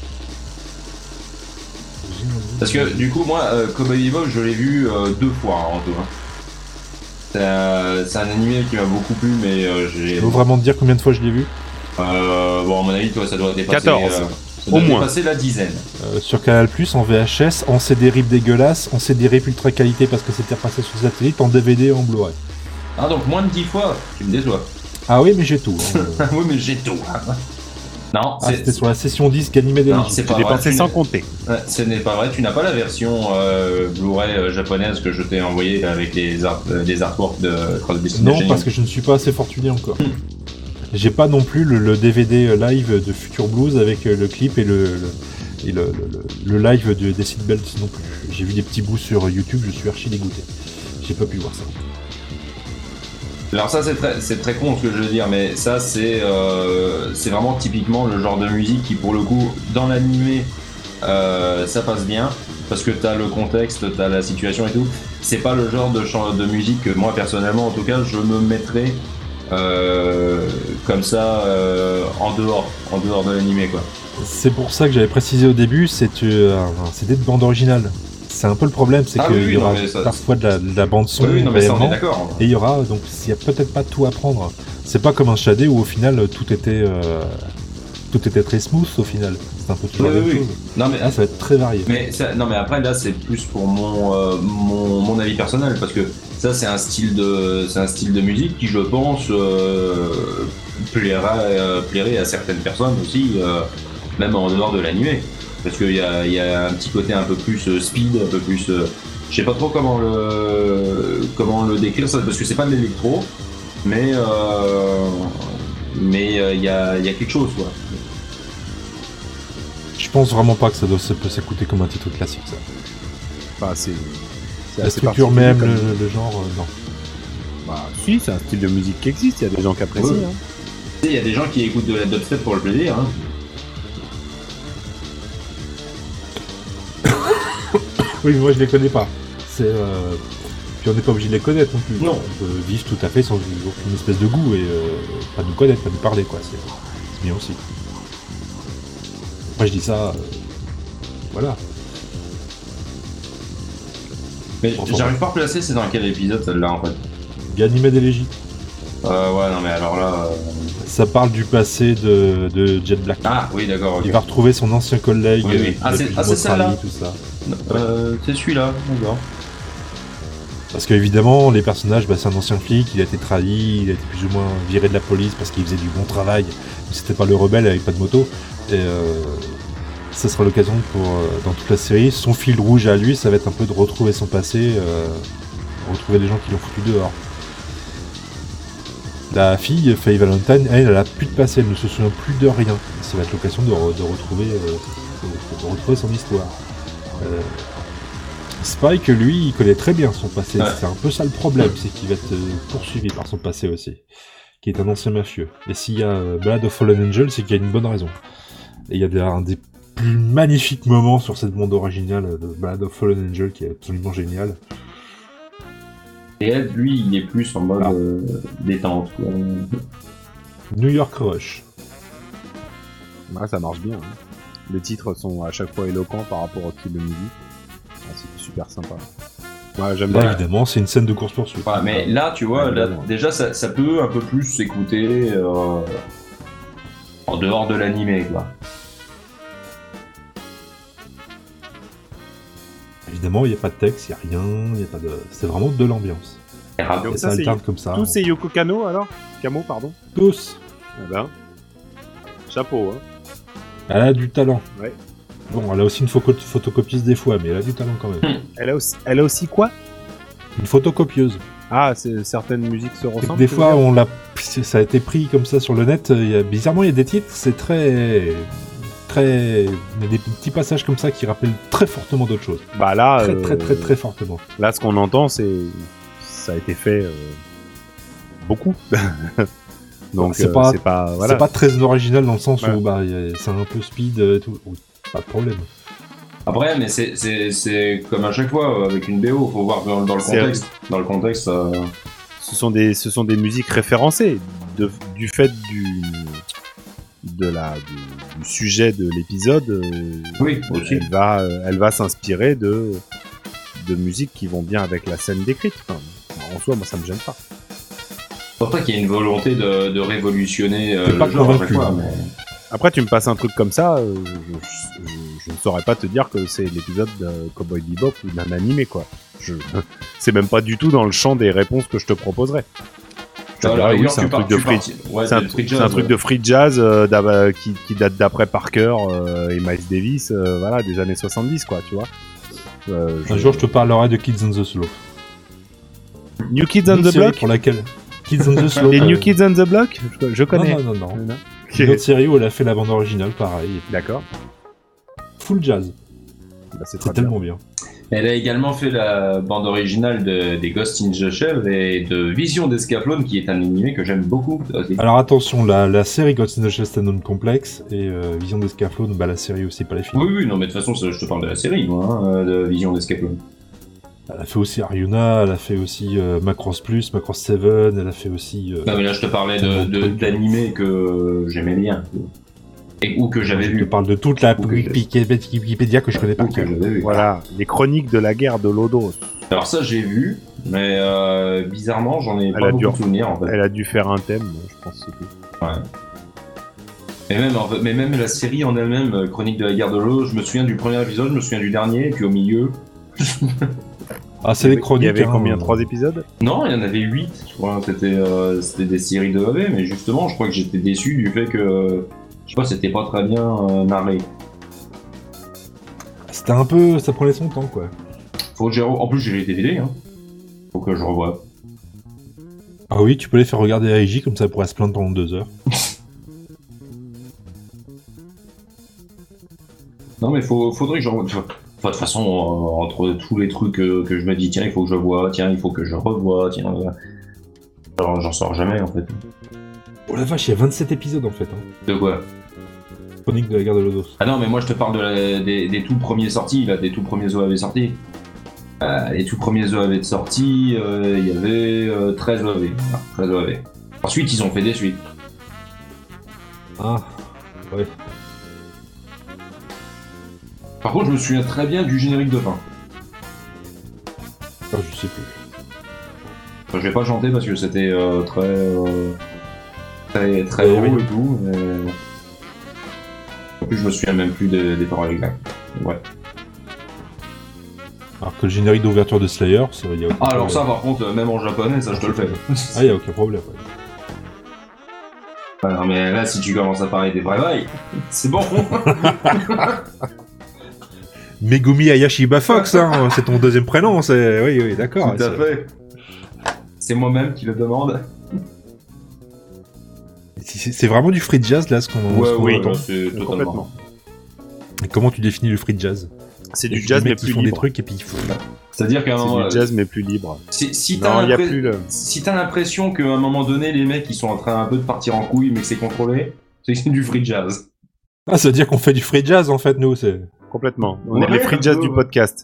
Parce que du coup, moi, Cowboy Bebop, je l'ai vu 2 fois en tout. C'est un animé qui m'a beaucoup plu, mais j'ai. Tu peux vraiment te dire combien de fois je l'ai vu? Bon, à mon avis, toi, ça doit dépasser. 14. Ça doit dépasser la dizaine. Sur Canal+, en VHS, en CD-RIP dégueulasse, en CD-RIP ultra qualité parce que c'était repassé sur satellite, en DVD et en Blu-ray. Ah, donc moins de 10 fois, tu me déçois. Ah oui, mais j'ai tout. Oui, mais j'ai tout. Non, c'était sur la session disque animée des J'ai dépensé sans compter. Ce n'est pas vrai, tu n'as pas la version Blu-ray japonaise que je t'ai envoyée avec les artworks de Cross Destination. Non, parce que je ne suis pas assez fortuné encore. J'ai pas non plus le DVD live de Future Blues avec le clip et le live des Seatbelts non plus. J'ai vu des petits bouts sur YouTube, je suis archi dégoûté. J'ai pas pu voir ça. Alors ça c'est très con ce que je veux dire, mais ça c'est vraiment typiquement le genre de musique qui pour le coup dans l'animé ça passe bien parce que t'as le contexte, t'as la situation et tout. C'est pas le genre de musique que moi personnellement en tout cas je me mettrais comme ça en dehors de l'animé, quoi. C'est pour ça que j'avais précisé au début, c'est un CD de bande originale. C'est un peu le problème, c'est qu'il y aura parfois de la bande son, mais ça, on est d'accord. Et il y aura, donc il n'y a peut-être pas tout à prendre. C'est pas comme un Shadé où au final tout était très smooth au final. C'est un peu toujours la même chose. Non, mais là, ça va être très varié. Mais après là c'est plus pour mon avis personnel, parce que ça c'est un style de musique qui, je pense, plairait à certaines personnes aussi, même en dehors de l'animé. Parce qu'il y a un petit côté un peu plus speed, un peu plus... je sais pas trop comment le décrire, ça, parce que c'est pas de l'électro, mais il y a quelque chose, quoi. Je pense vraiment pas que ça peut s'écouter comme un titre classique, ça. Enfin, c'est la structure même, le genre, non. Bah si, c'est un style de musique qui existe, il y a des gens qui apprécient. Ouais. Il y a des gens qui écoutent de la dubstep pour le plaisir, hein. Oui, mais moi je les connais pas. Puis on n'est pas obligé de les connaître non plus. Non. On peut vivre tout à fait sans aucune espèce de goût et pas nous connaître, pas nous parler, quoi. C'est bien aussi. Après je dis ça, voilà. Mais j'arrive pas à replacer, c'est dans quel épisode celle-là en fait? Ganymède Élégie. Ouais, non mais alors là... Ça parle du passé de Jet Black. Ah oui, d'accord. Okay. Il va retrouver son ancien collègue. Oui. C'est celle-là. Tout ça. C'est celui-là, d'accord. Parce qu'évidemment, les personnages, c'est un ancien flic, il a été trahi, il a été plus ou moins viré de la police parce qu'il faisait du bon travail. C'était pas le rebelle avec pas de moto. Et ça sera l'occasion pour, dans toute la série, son fil rouge à lui, ça va être un peu de retrouver son passé, retrouver les gens qui l'ont foutu dehors. La fille, Faye Valentine, elle a plus de passé, elle ne se souvient plus de rien. Ça va être l'occasion de retrouver son histoire. Spike, lui, il connaît très bien son passé. Ouais. C'est un peu ça le problème, c'est qu'il va être poursuivi par son passé aussi, qui est un ancien mafieux. Et s'il y a Ballad of Fallen Angel, c'est qu'il y a une bonne raison. Et il y a un des plus magnifiques moments sur cette bande originale de Ballad of Fallen Angel qui est absolument génial. Et Ed, lui, il est plus en mode détente. New York Rush. Ouais, ça marche bien. Hein. Les titres sont à chaque fois éloquents par rapport au style de musique. C'est super sympa. Ouais, j'aime bien. Évidemment, c'est une scène de course-poursuite. Ouais, mais là, tu vois, déjà, ça peut un peu plus s'écouter en dehors de l'animé, quoi. Évidemment, il n'y a pas de texte, il n'y a rien, y a pas de... c'est vraiment de l'ambiance. Et ça alterne comme ça. Tous ces Yoko Kanno, alors Kamo, pardon. Tous. Eh ben, chapeau, hein. Elle a du talent. Ouais. Bon, elle a aussi une photocopieuse des fois, mais elle a du talent quand même. Elle a aussi quoi? Une photocopieuse. Ah, certaines musiques se ressemblent. Des fois, ça a été pris comme ça sur le net. Bizarrement, il y a des titres, c'est très... Il y a des petits passages comme ça qui rappellent très fortement d'autres choses. Bah là, très fortement. Là, ce qu'on entend, ça a été fait beaucoup. Donc c'est pas très original dans le sens où c'est un peu speed et tout. Oui, pas de problème. Après, mais c'est comme à chaque fois avec une BO, faut voir dans le contexte. Dans le contexte. Ce sont des musiques référencées du fait du sujet de l'épisode. Oui, aussi. Elle va s'inspirer de musiques qui vont bien avec la scène décrite. Enfin, en soi, moi, ça me gêne pas. C'est pour ça qu'il y a une volonté de révolutionner le genre à chaque fois. Mais... Après, tu me passes un truc comme ça, je ne saurais pas te dire que c'est l'épisode de Cowboy Bebop ou d'un animé, quoi. C'est même pas du tout dans le champ des réponses que je te proposerais. Oui, c'est un truc de free jazz qui date d'après Parker et Miles Davis, voilà, des années 70, quoi, tu vois. Un jour, je te parlerai de Kids on the Slope. New Kids on the Block, pour laquelle Kids on the Slope. Les New Kids on the Block, je connais. Non. Okay. Une autre série où elle a fait la bande originale, pareil. D'accord. Full jazz. Bah, c'est tellement bien. Elle a également fait la bande originale des Ghost in the Shell et de Vision d'Escaflowne, qui est un animé que j'aime beaucoup. Alors attention, la série Ghost in the Shell Stand-on Complex et Vision d'Escaflowne, la série aussi, pas les films. Oui, non, mais de toute façon, je te parle de la série, moi, de Vision d'Escaflowne. Elle a fait aussi Aryuna, elle a fait aussi Macross Plus, Macross 7, elle a fait aussi... non mais là je te parlais d'animés que j'aimais bien. Ou que j'avais vu. Je te parle de toute la Wikipédia que je connais pas. Voilà, les chroniques de la guerre de Lodos. Alors ça j'ai vu, mais bizarrement j'en ai pas beaucoup de souvenirs en fait. Elle a dû faire un thème, je pense que c'est tout. Ouais. Mais même la série en elle-même, Chronique de la guerre de Lodos, je me souviens du premier épisode, je me souviens du dernier, et puis au milieu... Ah, c'est les chroniques. Il y avait combien, 3 épisodes? Non, il y en avait 8, je crois. C'était des séries de AV, mais justement, je crois que j'étais déçu du fait que... Je sais pas, c'était pas très bien narré. C'était un peu... Ça prenait son temps, quoi. En plus, j'ai les DVD, hein. Faut que je revoie. Ah oui, tu peux les faire regarder à J, comme ça pourrait se plaindre pendant 2 heures. Non, mais faudrait que je revoie. Enfin, de toute façon, entre tous les trucs que je me dis, tiens, il faut que je vois, tiens, il faut que je revoie, tiens... J'en sors jamais, en fait. Oh la vache, il y a 27 épisodes, en fait. Hein. De quoi? Chronique de la guerre de Lodos. Ah non, mais moi je te parle des tout premiers sortis, là, des tout premiers OAV sortis. Les tout premiers OAV de sortie, il y avait 13 OAV. Ah, 13 OAV. Ensuite, ils ont fait des suites. Ah, ouais. Par contre, je me souviens très bien du générique de fin. Ah, je sais plus. Enfin, je vais pas chanter parce que c'était très haut et tout, mais... En plus, je me souviens même plus des paroles exactes. Ouais. Alors que le générique d'ouverture de Slayer, ça y a aucun problème. Alors ça, par contre, même en japonais, ça je te le fais. Ah, y a aucun problème. Ouais. Non, mais là, si tu commences à parler des vrais, c'est bon. Megumi Ayashiba Fox, hein, c'est ton deuxième prénom, c'est... Oui, d'accord. Tout à fait. C'est moi-même qui le demande. C'est vraiment du free jazz, là, ce qu'on... Oui, c'est totalement. Et comment tu définis le free jazz? C'est du jazz, mais plus libre. Des trucs et puis... C'est-à-dire qu'à un moment... C'est du jazz, mais plus libre. Si t'as l'impression qu'à un moment donné, les mecs, ils sont en train un peu de partir en couille, mais que c'est contrôlé, c'est du free jazz. Ah, ça veut dire qu'on fait du free jazz, en fait, nous, c'est... Complètement. On est les free jazz du podcast.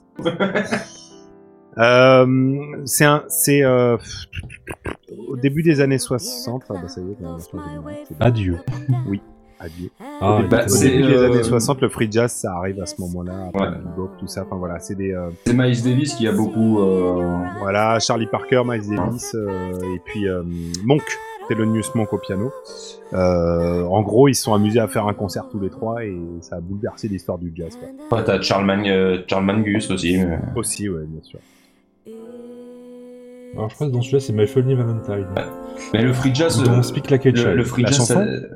C'est au début des années 60. Ah bah ça y est, adieu. Oui, adieu. Ah, au début des années 60, le free jazz, ça arrive à ce moment-là. Après tout ça. Enfin voilà, c'est des. C'est Miles Davis qui a beaucoup. Voilà, Charlie Parker, Miles Davis, et puis Monk. Thelonious Monk au piano. En gros, ils se sont amusés à faire un concert tous les trois et ça a bouleversé l'histoire du jazz. Ouais, t'as Charles Mangus aussi. Mais... Aussi, ouais, bien sûr. Alors, je crois que dans celui-là, c'est My Funny Valentine. Ouais. Mais le free jazz. Le free jazz.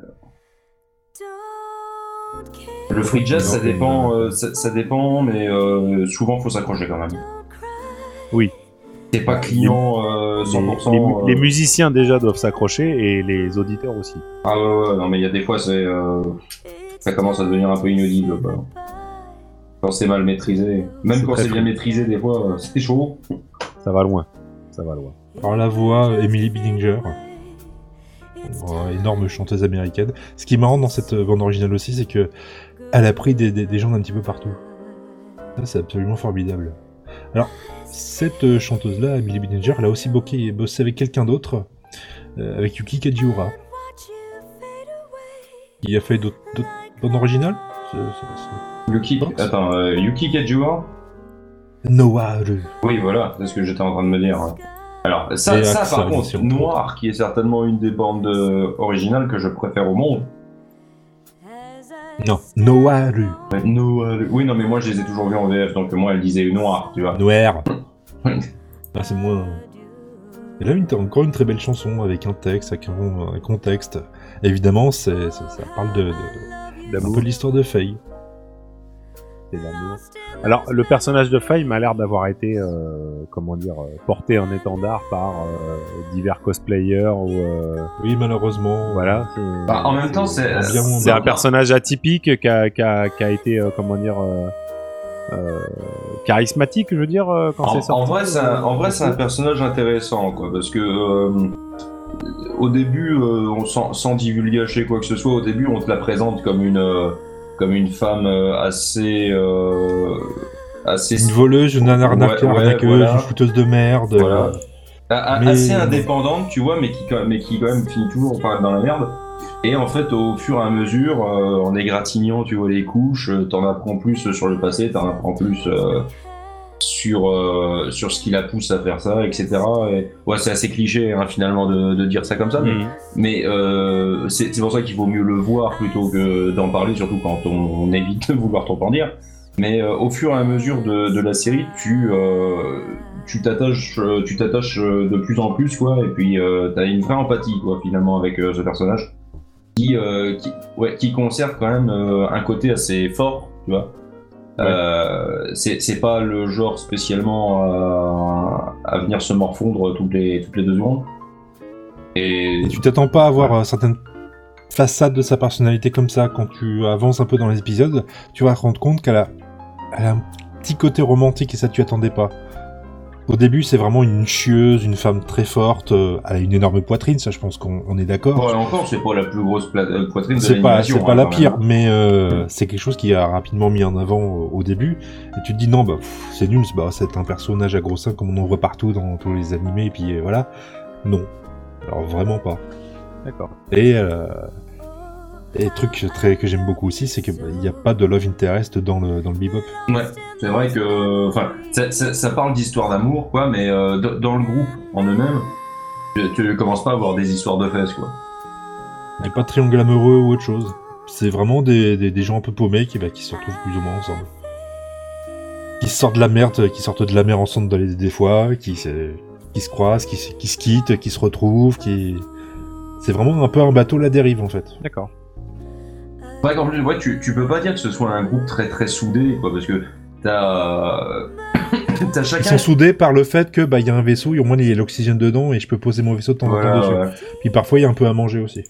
Le free jazz, ça dépend. Ça dépend, mais souvent, faut s'accrocher quand même. Oui. C'est pas client 100%. Les musiciens déjà doivent s'accrocher et les auditeurs aussi. Ah ouais, non mais il y a des fois ça commence à devenir un peu inaudible quoi. Quand c'est mal maîtrisé. Même quand c'est bien maîtrisé des fois c'est chaud. Ça va loin. Alors la voix, Emily Billinger. Énorme chanteuse américaine. Ce qui est marrant dans cette bande originale aussi, c'est que elle a pris des gens d'un petit peu partout. Ça, c'est absolument formidable. Alors, cette chanteuse-là, Emily Billinger, elle a aussi bossé avec quelqu'un d'autre, avec Yuki Kajiura. Il a fait d'autres bandes originales Yuki Kajiura Noaru. Oui, voilà, c'est ce que j'étais en train de me dire. Alors, ça par contre, Noir, qui est certainement une des bandes originales que je préfère au monde. Non, Noaru. Noaru. Oui, non, mais moi je les ai toujours vus en VF, donc moi elle disait Noir, tu vois. Noir. Ah, c'est moins. Et là, encore une très belle chanson avec un texte, avec un contexte. Évidemment, ça parle un peu de l'histoire de Faye. C'est l'amour. Alors, le personnage de Faye m'a l'air d'avoir été, porté en étendard par divers cosplayers ou. Oui, malheureusement. Voilà. En même temps, c'est un personnage atypique qui a été, charismatique, je veux dire, quand c'est sorti. En vrai, c'est un personnage intéressant, quoi, parce que au début, sans divulgacher quoi que ce soit, au début, on te la présente comme une femme assez une voleuse, une arnaqueuse, une fouteuse de merde. Voilà. Assez indépendante, tu vois, mais qui quand même finit toujours dans la merde. Et en fait, au fur et à mesure, en égratignant, tu vois, les couches, t'en apprends plus sur le passé, t'en apprends plus sur ce qui la pousse à faire ça, etc. Et, ouais, c'est assez cliché, hein, finalement, de dire ça comme ça. Mais c'est pour ça qu'il vaut mieux le voir plutôt que d'en parler, surtout quand on évite de vouloir trop en dire. Mais au fur et à mesure de la série, tu t'attaches de plus en plus, quoi, et puis t'as une vraie empathie, quoi, finalement, avec ce personnage qui conserve quand même un côté assez fort, tu vois. Ouais. C'est pas le genre spécialement à venir se morfondre toutes les 2 secondes. Et tu t'attends pas à voir certaines façades de sa personnalité comme ça. Quand tu avances un peu dans les épisodes, tu vas te rendre compte qu'elle a un petit côté romantique, et ça tu attendais pas. Au début, c'est vraiment une chieuse, une femme très forte. Elle a une énorme poitrine, ça, je pense qu'on est d'accord. Ouais, encore, c'est pas la plus grosse poitrine de l'animation. C'est pas la pire, mais c'est quelque chose qui a rapidement mis en avant au début. Et tu te dis, non, c'est nul, c'est un personnage à gros seins comme on en voit partout dans tous les animés, et puis voilà. Non. Alors, vraiment pas. D'accord. Et truc que j'aime beaucoup aussi, c'est qu'il n'y a pas de love interest dans le Bebop. Ouais, c'est vrai que, ça parle d'histoire d'amour, quoi, mais dans le groupe en eux-mêmes, tu commences pas à avoir des histoires de fesses, quoi. Il n'y a pas de triangle amoureux ou autre chose. C'est vraiment des gens un peu paumés qui se retrouvent plus ou moins ensemble. Qui sortent de la mer ensemble des fois, qui se croisent, qui se quittent, qui se retrouvent, C'est vraiment un peu un bateau à la dérive, en fait. D'accord. Ouais, en plus, tu peux pas dire que ce soit un groupe très très soudé, quoi, parce que t'as chacun... Ils sont soudés par le fait que y a un vaisseau, et au moins il y a l'oxygène dedans, et je peux poser mon vaisseau de temps en temps dessus. Ouais. Puis parfois il y a un peu à manger aussi.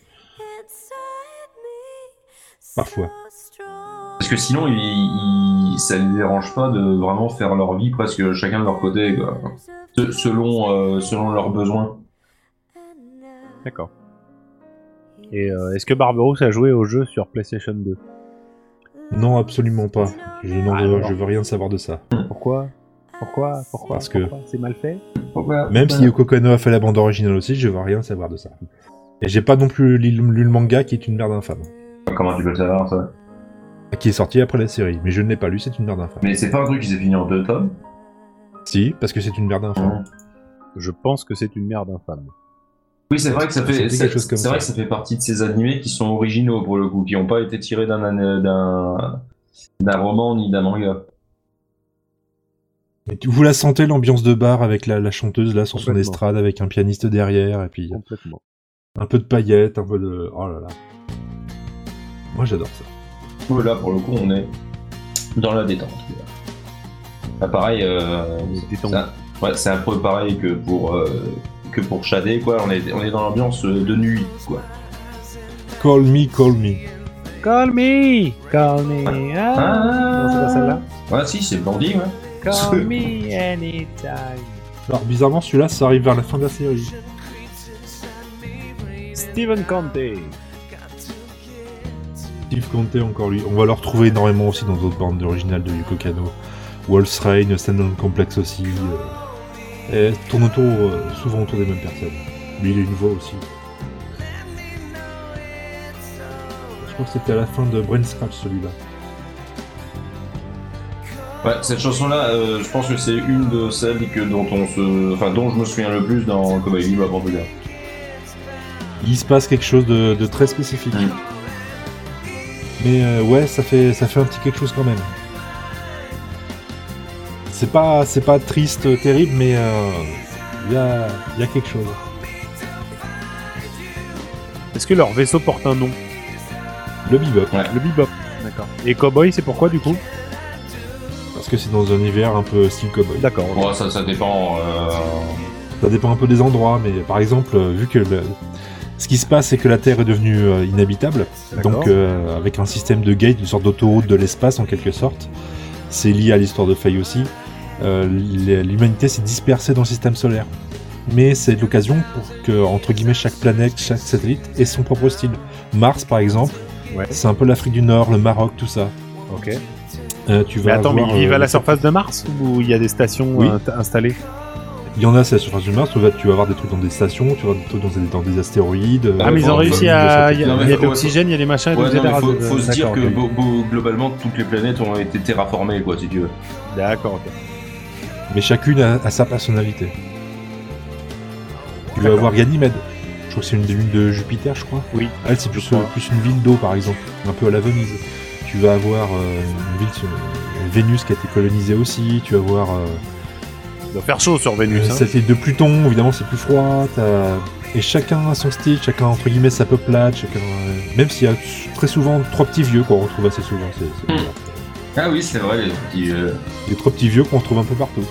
Parfois. Parce que sinon, ça les dérange pas de vraiment faire leur vie presque chacun de leur côté, quoi. Selon leurs besoins. D'accord. Et est-ce que Barberousse a joué au jeu sur PlayStation 2 ? Non, absolument pas. Je veux rien savoir de ça. Pourquoi ? Parce que c'est mal fait ? Même si Yoko Kanno a fait la bande originale aussi, je veux rien savoir de ça. Et j'ai pas non plus lu le manga qui est une merde infâme. Comment tu peux le savoir, ça ? Qui est sorti après la série, mais je ne l'ai pas lu, c'est une merde infâme. Mais c'est pas un truc qui s'est fini en 2 tomes ? Si, parce que c'est une merde infâme. Je pense que c'est une merde infâme. Oui, c'est vrai que ça fait partie de ces animés qui sont originaux pour le coup, qui n'ont pas été tirés d'un roman ni d'un manga. Et vous la sentez, l'ambiance de bar avec la chanteuse là sur son estrade avec un pianiste derrière, et puis un peu de paillettes, un peu de... Oh là là. Moi j'adore ça. Là pour le coup on est dans la détente. Là, pareil, c'est un peu pareil que pour Shadé, quoi. On est dans l'ambiance de nuit, quoi. Call me, call me. Call me, call me. Non, c'est pas celle-là. Ouais, si, c'est Blondie, ouais. Call me anytime. Alors, bizarrement, celui-là, ça arrive vers la fin de la série. Stephen Conte. Steve Conte, encore lui. On va le retrouver énormément aussi dans d'autres bandes originales de Yoko Kanno. Wolf's Rain, Standalone Complex aussi. Et tourne souvent autour des mêmes personnes. Lui, il a une voix aussi. Je crois que c'était à la fin de Brain Scratch, celui-là. Ouais, cette chanson-là, je pense que c'est une de celles dont je me souviens le plus dans Cowboy Bebop, en tout cas. Il se passe quelque chose de très spécifique. Mais ouais, ça fait un petit quelque chose quand même. C'est pas triste, terrible, mais y a quelque chose. Est-ce que leur vaisseau porte un nom ? Le Bebop. Ouais. Le Bebop, d'accord. Et Cowboy, c'est pourquoi du coup ? Parce que c'est dans un univers un peu style Cowboy. D'accord. Okay. Ouais, ça dépend. Ça dépend un peu des endroits, mais par exemple, vu que ce qui se passe, c'est que la Terre est devenue inhabitable, donc avec un système de gate, une sorte d'autoroute de l'espace en quelque sorte. C'est lié à l'histoire de Faye aussi. L'humanité s'est dispersée dans le système solaire. Mais c'est l'occasion pour que, entre guillemets, chaque planète, chaque satellite ait son propre style. Mars, par exemple, c'est un peu l'Afrique du Nord, le Maroc, tout ça. Ok. Mais attends, mais ils vivent à la surface de Mars ou il y a des stations installées? Il y en a, c'est la surface de Mars. Tu vas avoir des trucs dans des stations, tu vas avoir des trucs dans des astéroïdes. Ah, mais ils ont réussi à. Il y a de l'oxygène, il y a des machins. Faut se dire que globalement, toutes les planètes ont été terraformées, quoi, si tu veux. D'accord, ok. Mais chacune a sa personnalité. Tu vas avoir Ganymède. Je crois que c'est une des lunes de Jupiter, je crois. Oui. Elle, c'est plus une ville d'eau, par exemple. Un peu à la Venise. Tu vas avoir une ville, Vénus qui a été colonisée aussi. Tu vas avoir. Il doit faire chaud sur Vénus. Satellite de Pluton, évidemment, c'est plus froid. Et chacun a son style, chacun entre guillemets sa peuplade. Même s'il y a très souvent 3 petits vieux qu'on retrouve assez souvent. Ah oui, c'est vrai, les petits vieux. Les 3 petits vieux qu'on retrouve un peu partout.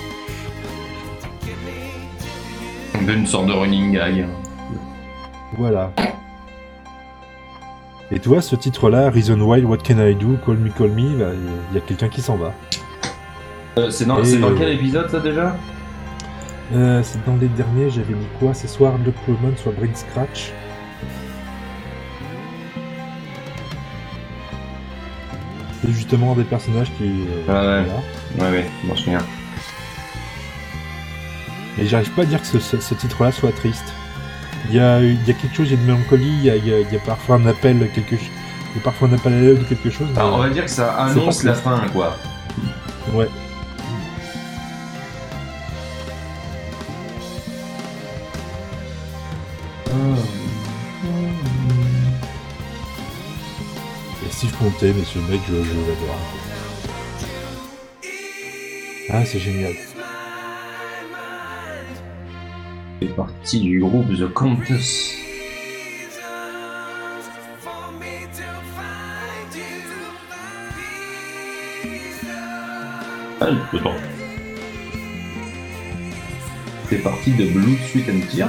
Une sorte de running gag. Voilà. Et tu vois, ce titre-là, Reason Why, What Can I Do, Call Me, il y a quelqu'un qui s'en va. C'est dans quel épisode, ça, déjà c'est dans les derniers, j'avais dit quoi? C'est soit Hard Luck Crewman, soit Brain Scratch. C'est justement des personnages qui... Ouais, bon, je souviens. Et j'arrive pas à dire que ce titre-là soit triste. Il y a quelque chose, il y a une mélancolie, il y a parfois un appel à quelque chose. Il y a parfois un appel à l'aide de quelque chose. Alors, on va dire que ça annonce la fin, quoi. Ouais. Et si je comptais, mais ce mec, je l'adore. Ah, c'est génial. C'est parti du groupe The Countess. Ah, attends. C'est parti de Blood, Sweat and Tears.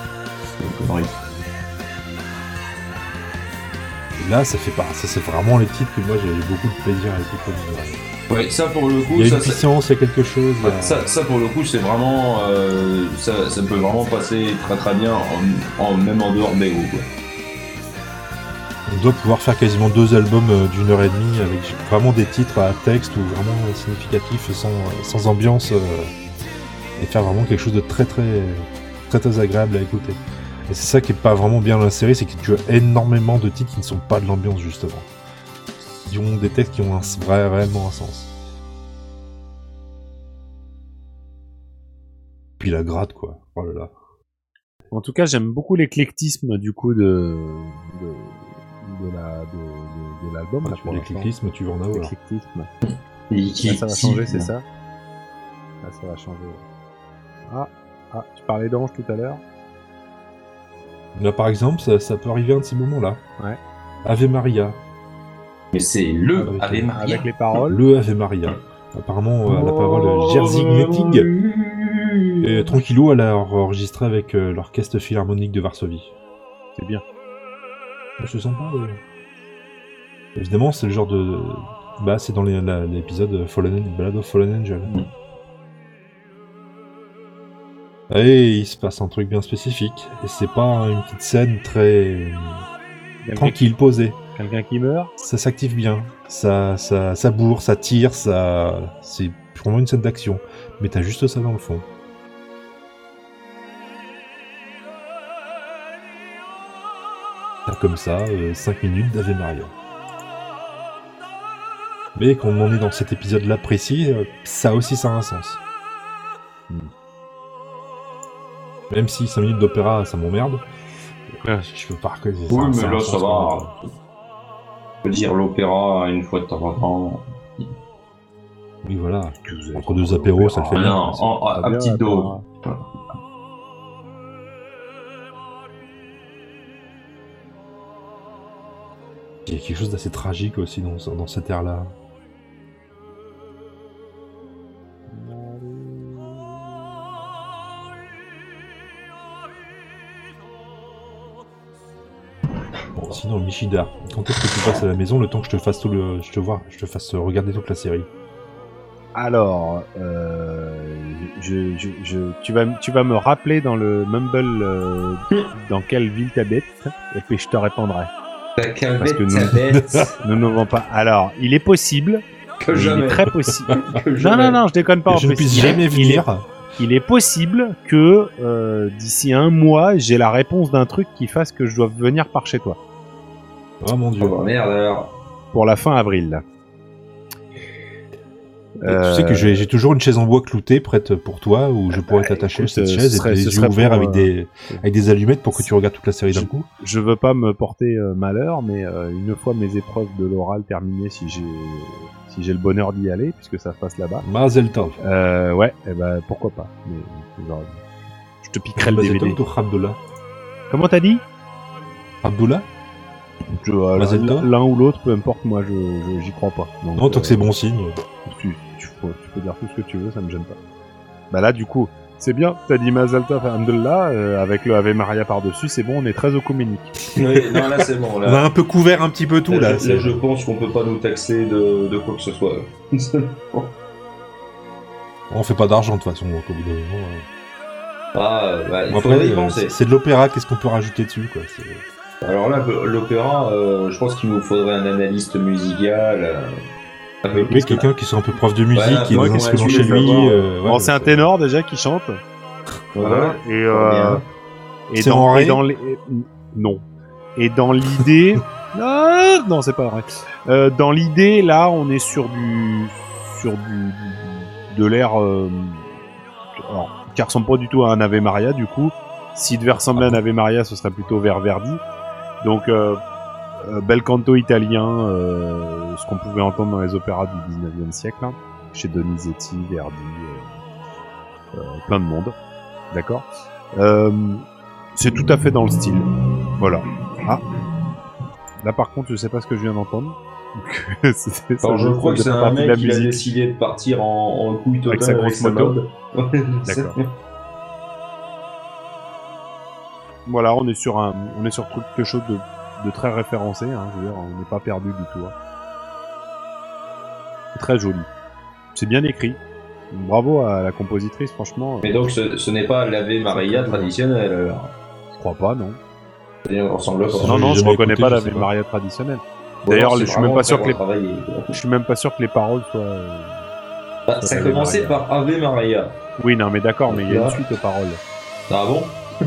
Et là, ça c'est vraiment les titres que moi j'ai beaucoup de plaisir à écouter. Ouais, ça pour le coup, il y a une puissance, il y a quelque chose. Ça pour le coup, c'est vraiment, ça peut vraiment passer très très bien, même en dehors des groupes. On doit pouvoir faire quasiment 2 albums d'1 heure et demie avec vraiment des titres à texte ou vraiment significatifs, sans ambiance, et faire vraiment quelque chose de très très très très agréable à écouter. Et c'est ça qui est pas vraiment bien dans la série, c'est que tu as énormément de titres qui ne sont pas de l'ambiance justement. Qui ont des textes qui ont réellement un sens. Puis la gratte, quoi. Oh là là. En tout cas, j'aime beaucoup l'éclectisme du coup de l'album. Ah, l'éclectisme, tu vas en avoir. L'éclectisme. Ça va changer, c'est ça? Là, ça va changer. Ah, tu parlais d'ange tout à l'heure. Là, par exemple, ça peut arriver un de ces moments-là. Ouais. Ave Maria. Mais c'est le Ave Maria. Avec les paroles. Le Ave Maria. Apparemment, la parole Jerzy Gnettig. Et tranquillou, elle a enregistré avec l'orchestre philharmonique de Varsovie. C'est bien. C'est sympa. Évidemment, c'est le genre de... Bah, c'est dans l'épisode Ballad of Fallen Angel. Et il se passe un truc bien spécifique. Et c'est pas une petite scène très... tranquille, posée. Quelqu'un qui meurt. Ça s'active bien. Ça bourre, ça tire, c'est vraiment une scène d'action. Mais t'as juste ça dans le fond. T'as comme ça 5 minutes d'Ave Maria. Mais quand on en est dans cet épisode-là précis, ça aussi ça a un sens. Même si 5 minutes d'opéra ça m'emmerde, je peux pas reconnaître ça. Oui, mais là ça va. Je peux dire l'opéra une fois de temps en temps. Oui, voilà. Entre 2 apéros, ça le fait bien. Non, à petite dose. Il y a quelque chose d'assez tragique aussi dans cette ère-là. Bon, sinon, Michida, quand est-ce que tu passes à la maison le temps que je te fasse je te fasse regarder toute la série? Alors, tu vas me rappeler dans le Mumble dans quelle ville t'habites, et puis je te répondrai. Parce que nous ne vont pas. Alors, il est possible Que jamais. Il est très possible. Non, je déconne pas. Je ne puisse jamais venir. Il est possible que d'ici un mois, j'ai la réponse d'un truc qui fasse que je dois venir par chez toi. Oh mon dieu. Oh merde alors. Pour la fin avril, là. Tu sais que j'ai toujours une chaise en bois cloutée prête pour toi où je pourrais t'attacher cette chaise et les yeux ouverts avec des allumettes pour que tu regardes toute la série d'un coup. Je veux pas me porter malheur, mais une fois mes épreuves de l'oral terminées, si j'ai le bonheur d'y aller, puisque ça se passe là-bas. Mazel tov. Ouais, et ben pourquoi pas. Mais, genre, je te piquerai le Mazel DVD. tov ou Abdullah? Comment t'as dit? Abdullah? L'un ou l'autre, peu importe, moi j'y crois pas. Donc, non, tant que c'est bon signe. Tu peux dire tout ce que tu veux, ça me gêne pas. Bah là, du coup, c'est bien, t'as dit Mazel Tov Alhamdulillah, avec le Ave Maria par-dessus, c'est bon, on est très œcuménique. Oui, non, là c'est bon. Là. On a un peu couvert un petit peu tout, là. Je pense qu'on peut pas nous taxer de quoi que ce soit. On fait pas d'argent de toute façon, donc au bout d'un moment. Il faudrait y penser. C'est de l'opéra, qu'est-ce qu'on peut rajouter dessus, quoi. Alors là, l'opéra, je pense qu'il nous faudrait un analyste musical. Oui, quelqu'un qui soit un peu prof de musique, qui a des instruments chez lui. Bon, c'est un ténor déjà qui chante. Voilà. Et dans les... Non. Et dans l'idée... non, c'est pas vrai. Dans l'idée, là, on est sur de l'air... alors, qui ressemble pas du tout à un Ave Maria, du coup. S'il devait ressembler à un Ave Maria, ce serait plutôt vers Verdi. Donc... bel canto italien, ce qu'on pouvait entendre dans les opéras du 19e siècle, hein, chez Donizetti, Verdi, plein de monde, d'accord. C'est tout à fait dans le style, voilà. Ah, là par contre, je sais pas ce que je viens d'entendre. Alors, je crois que c'est un mec qui a décidé de partir en couille totale avec sa moto. D'accord. Voilà, on est sur quelque chose de très référencé, hein, je veux dire, on n'est pas perdu du tout. Hein. C'est très joli. C'est bien écrit. Bravo à la compositrice, franchement. Mais donc ce n'est pas l'Ave Maria traditionnel alors. Je crois pas, non. On ressemble pas. Non, je reconnais pas l'Ave Maria traditionnel. D'ailleurs, je suis même pas sûr que les paroles soient... ça commençait par Ave Maria. Oui, non, mais d'accord, mais il y a une suite aux paroles. Ah bon?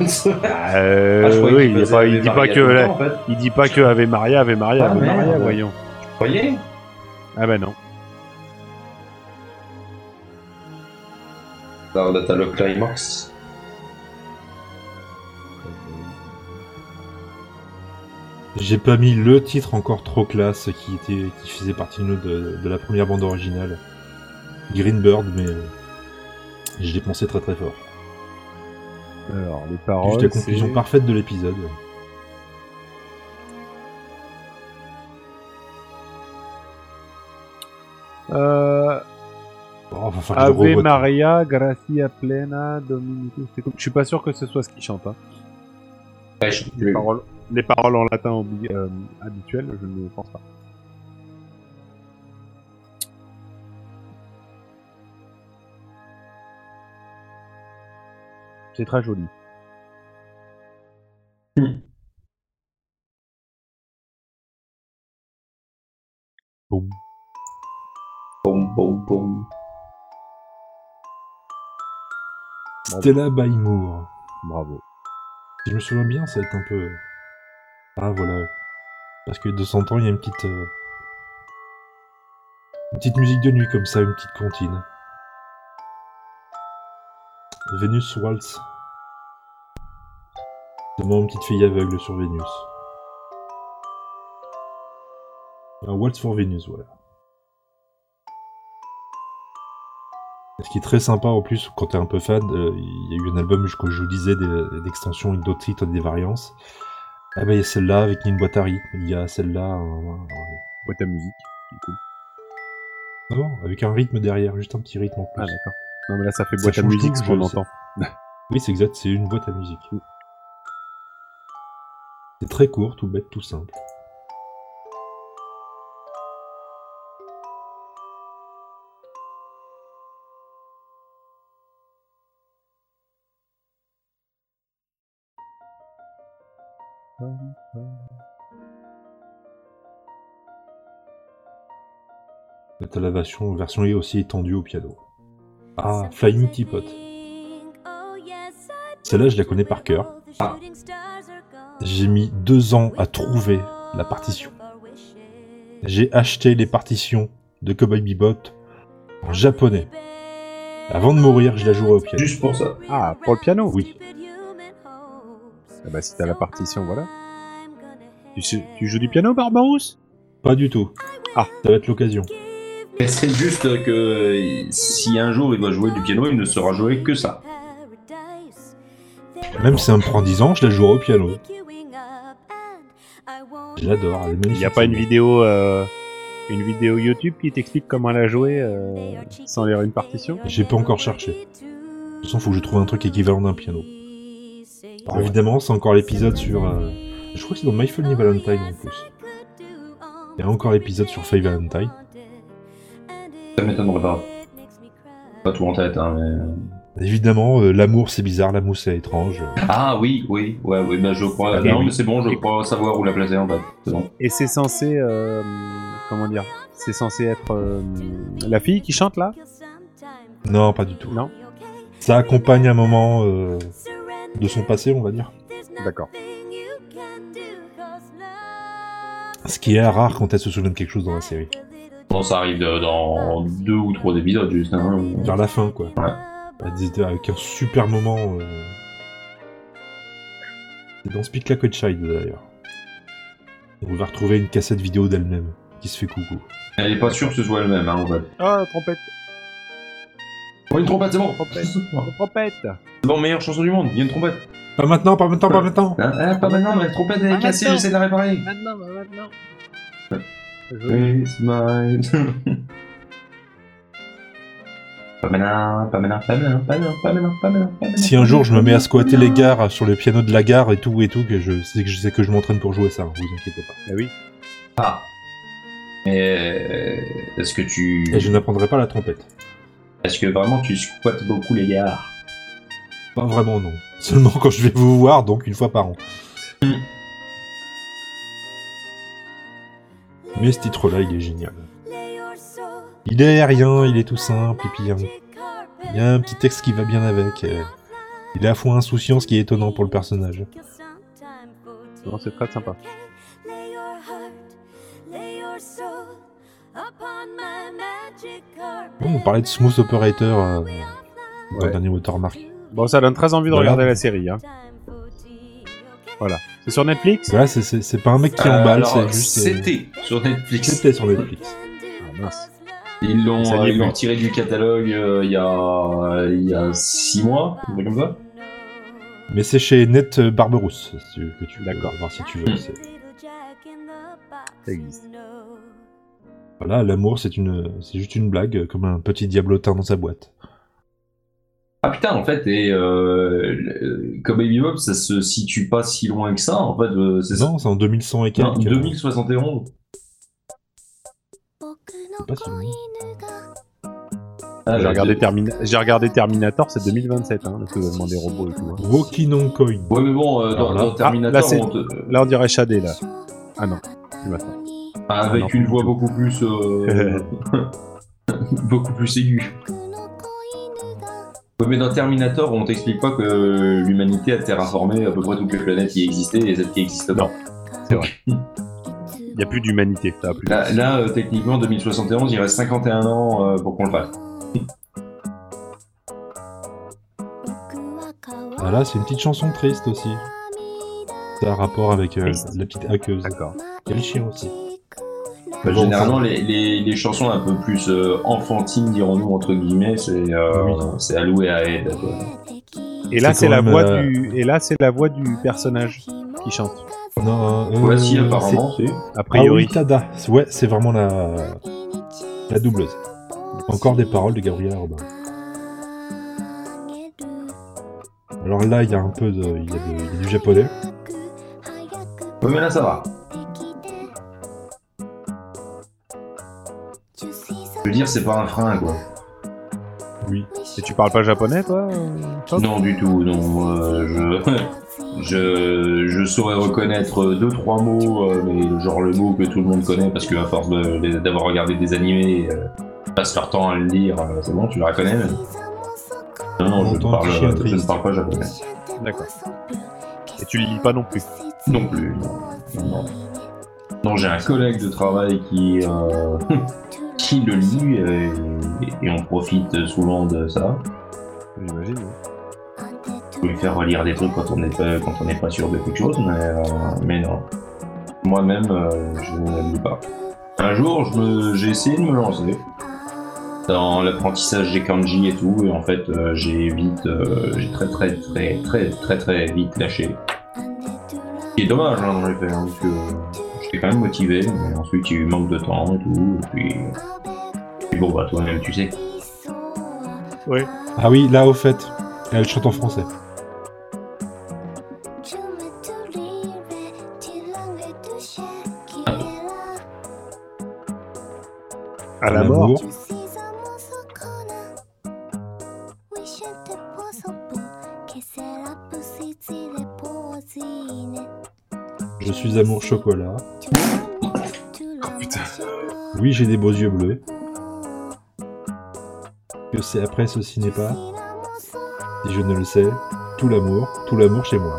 Oui, il dit pas que Ave Maria, Ave Maria, Ave Maria, voyons. Vous voyez? Ah ben non. Là, on a le climax. J'ai pas mis le titre encore trop classe qui faisait partie de la première bande originale. Greenbird, mais je l'ai pensé très très fort. Alors, les paroles. Juste la conclusion parfaite de l'épisode. Ave Maria, Gracia plena, Dominicus. Je suis pas sûr que ce soit ce qu'il chante. Hein. Ouais, les paroles en latin habituelles, je ne pense pas. C'est très joli. Boum. Boum, boum, boum. Stella Bymoor. Bravo. Si je me souviens bien, ça va être un peu... Ah, voilà. Parce que de temps en temps, il y a une petite musique de nuit comme ça, une petite comptine. Vénus Waltz. Demande une petite fille aveugle sur Vénus. Un Waltz for Vénus, voilà. Ce qui est très sympa en plus, quand t'es un peu fan, il y a eu un album, comme je vous disais, d'extensions et d'autres titres, des variances. Ah bah il y a celle-là avec une boîte à rythme, il y a celle-là... boîte à musique, du coup. Non, avec un rythme derrière, juste un petit rythme en plus. Ah d'accord. Non mais là ça fait boîte à musique ce qu'on entend. Oui c'est exact, c'est une boîte à musique. C'est très court, tout bête, tout simple. T'as la version est aussi étendue au piano. Ah, Flying Teapot. Celle-là, je la connais par cœur. Ah. J'ai mis 2 ans à trouver la partition. J'ai acheté les partitions de Cowboy Bebop en japonais. Avant de mourir, je la jouerai au piano. Juste pour ça. Ah, pour le piano? Oui. Ah bah si t'as la partition, voilà. Tu joues du piano, Barbarousse? Pas du tout. Ah. Ça va être l'occasion. Et c'est juste que si un jour il doit jouer du piano, il ne saura jouer que ça. Même si ça me prend 10 ans, je la jouerai au piano. Je l'adore, elle est magnifique. Il n'y a pas une vidéo YouTube qui t'explique comment la jouer sans lire une partition? J'ai pas encore cherché. De toute façon, faut que je trouve un truc équivalent d'un piano. Alors, évidemment, c'est encore l'épisode sur... je crois que c'est dans My Funny Valentine en plus. Il y a encore l'épisode sur Faye Valentine. Ça m'étonnerait pas. Pas tout en tête, hein, mais... Évidemment, l'amour c'est bizarre, l'amour c'est étrange. Ah oui, ben je crois... mais c'est bon, je crois savoir où la placer en fait. C'est bon. Et c'est censé... comment dire? C'est censé être la fille qui chante là? Non, pas du tout. Non. Ça accompagne un moment de son passé, on va dire. D'accord. Ce qui est rare quand elle se souvient de quelque chose dans la série. Bon, ça arrive dans 2 ou 3 épisodes juste. Hein. Vers la fin, quoi. Ouais. Avec un super moment. C'est dans Speak Like a Child d'ailleurs. On va retrouver une cassette vidéo d'elle-même qui se fait coucou. Elle est pas sûre que ce soit elle-même, hein, en fait. Ah, trompette. Oh, une trompette, c'est bon. Trompette. C'est bon, meilleure chanson du monde, il y a une trompette. Pas maintenant, pas maintenant, pas maintenant. Pas maintenant, mais la trompette elle est cassée, j'essaie de la réparer. Maintenant. It's mine. Pas maintenant. Si un jour je me mets à squatter les gares sur le piano de la gare et tout, que je sais que je m'entraîne pour jouer ça, hein, vous inquiétez pas. Ah oui. Ah. Mais est-ce que tu... Et je n'apprendrai pas la trompette. Est-ce que vraiment tu squattes beaucoup les gares? Pas vraiment, non. Seulement quand je vais vous voir, donc une fois par an. Mais ce titre-là, il est génial. Il est aérien, il est tout simple, et puis il y a un petit texte qui va bien avec. Il est à fond insouciant, ce qui est étonnant pour le personnage. Non, c'est très sympa. Bon, on parlait de Smooth Operator dans le dernier Watermark. Bon, ça donne très envie de regarder la série. Hein. Voilà. C'est sur Netflix? Ouais, c'est pas un mec qui emballe, c'est juste... C'était sur Netflix. C'était sur Netflix. Ah mince. Ils l'ont retiré du catalogue il y a 6 mois, un truc comme ça. Mais c'est chez Net Barberousse, si tu veux. D'accord. Voir si tu veux. Ça existe. Voilà, l'amour c'est juste une blague, comme un petit diablotin dans sa boîte. Ah putain, en fait, Cowboy Bebop, ça se situe pas si loin que ça, en fait. Non, c'est en 2100 et quelques. Non, 2071. C'est pas si loin. Ah, j'ai regardé Terminator, c'est 2027, hein, le soulèvement des robots et tout. Hein. Rocky Non Coin. Ouais, mais bon, dans Terminator, là on dirait Shadé, là. Ah non, c'est maintenant. Avec une voix beaucoup plus... beaucoup plus aiguë. Ouais, mais dans Terminator, on t'explique pas que l'humanité a terraformé à peu près toutes les planètes qui existaient et celles qui existent pas. C'est vrai. Il n'y a plus d'humanité. Là, techniquement, 2071, il reste 51 ans pour qu'on le fasse. Voilà, c'est une petite chanson triste aussi. Ça a un rapport avec la petite hackeuse. D'accord. Et le chien aussi. Généralement, les chansons un peu plus enfantines, dirons-nous, entre guillemets, c'est alloué à Ed. Et là, c'est la voix du personnage qui chante. Non, voici apparemment, c'est... A priori. Tada. Ouais, c'est vraiment la doubleuse. Encore des paroles de Gabriel Robin. Alors là, il y a un peu il y a du japonais. Ouais, mais là, ça va. Je veux dire, c'est pas un frein, quoi. Oui. Et tu parles pas japonais, toi Non, du tout, non. Je saurais reconnaître 2-3 mots, mais genre le mot que tout le monde connaît, parce qu'à force d'avoir regardé des animés, ils passent leur temps à le lire, c'est bon, tu le reconnais, mais... Non, je ne parle pas japonais. D'accord. Et tu le lis pas non plus? Non plus, non. Non, j'ai un collègue de travail qui le lit et on profite souvent de ça. J'imagine. Faut lui faire relire des trucs quand on n'est pas sûr de quelque chose, mais non. Moi-même, je ne lis pas. Un jour, j'ai essayé de me lancer dans l'apprentissage des kanji et tout, et en fait, j'ai très vite lâché. Ce qui est dommage, hein, dans les faits, parce que j'étais quand même motivé, mais ensuite il manque de temps et tout, et puis bon, bah toi-même tu sais. Oui. Ah oui, là au fait, elle chante en français. À la mort. Je suis amour chocolat. Oh putain. Oui, j'ai des beaux yeux bleus. Que c'est après ceci n'est pas. Si je ne le sais, tout l'amour chez moi.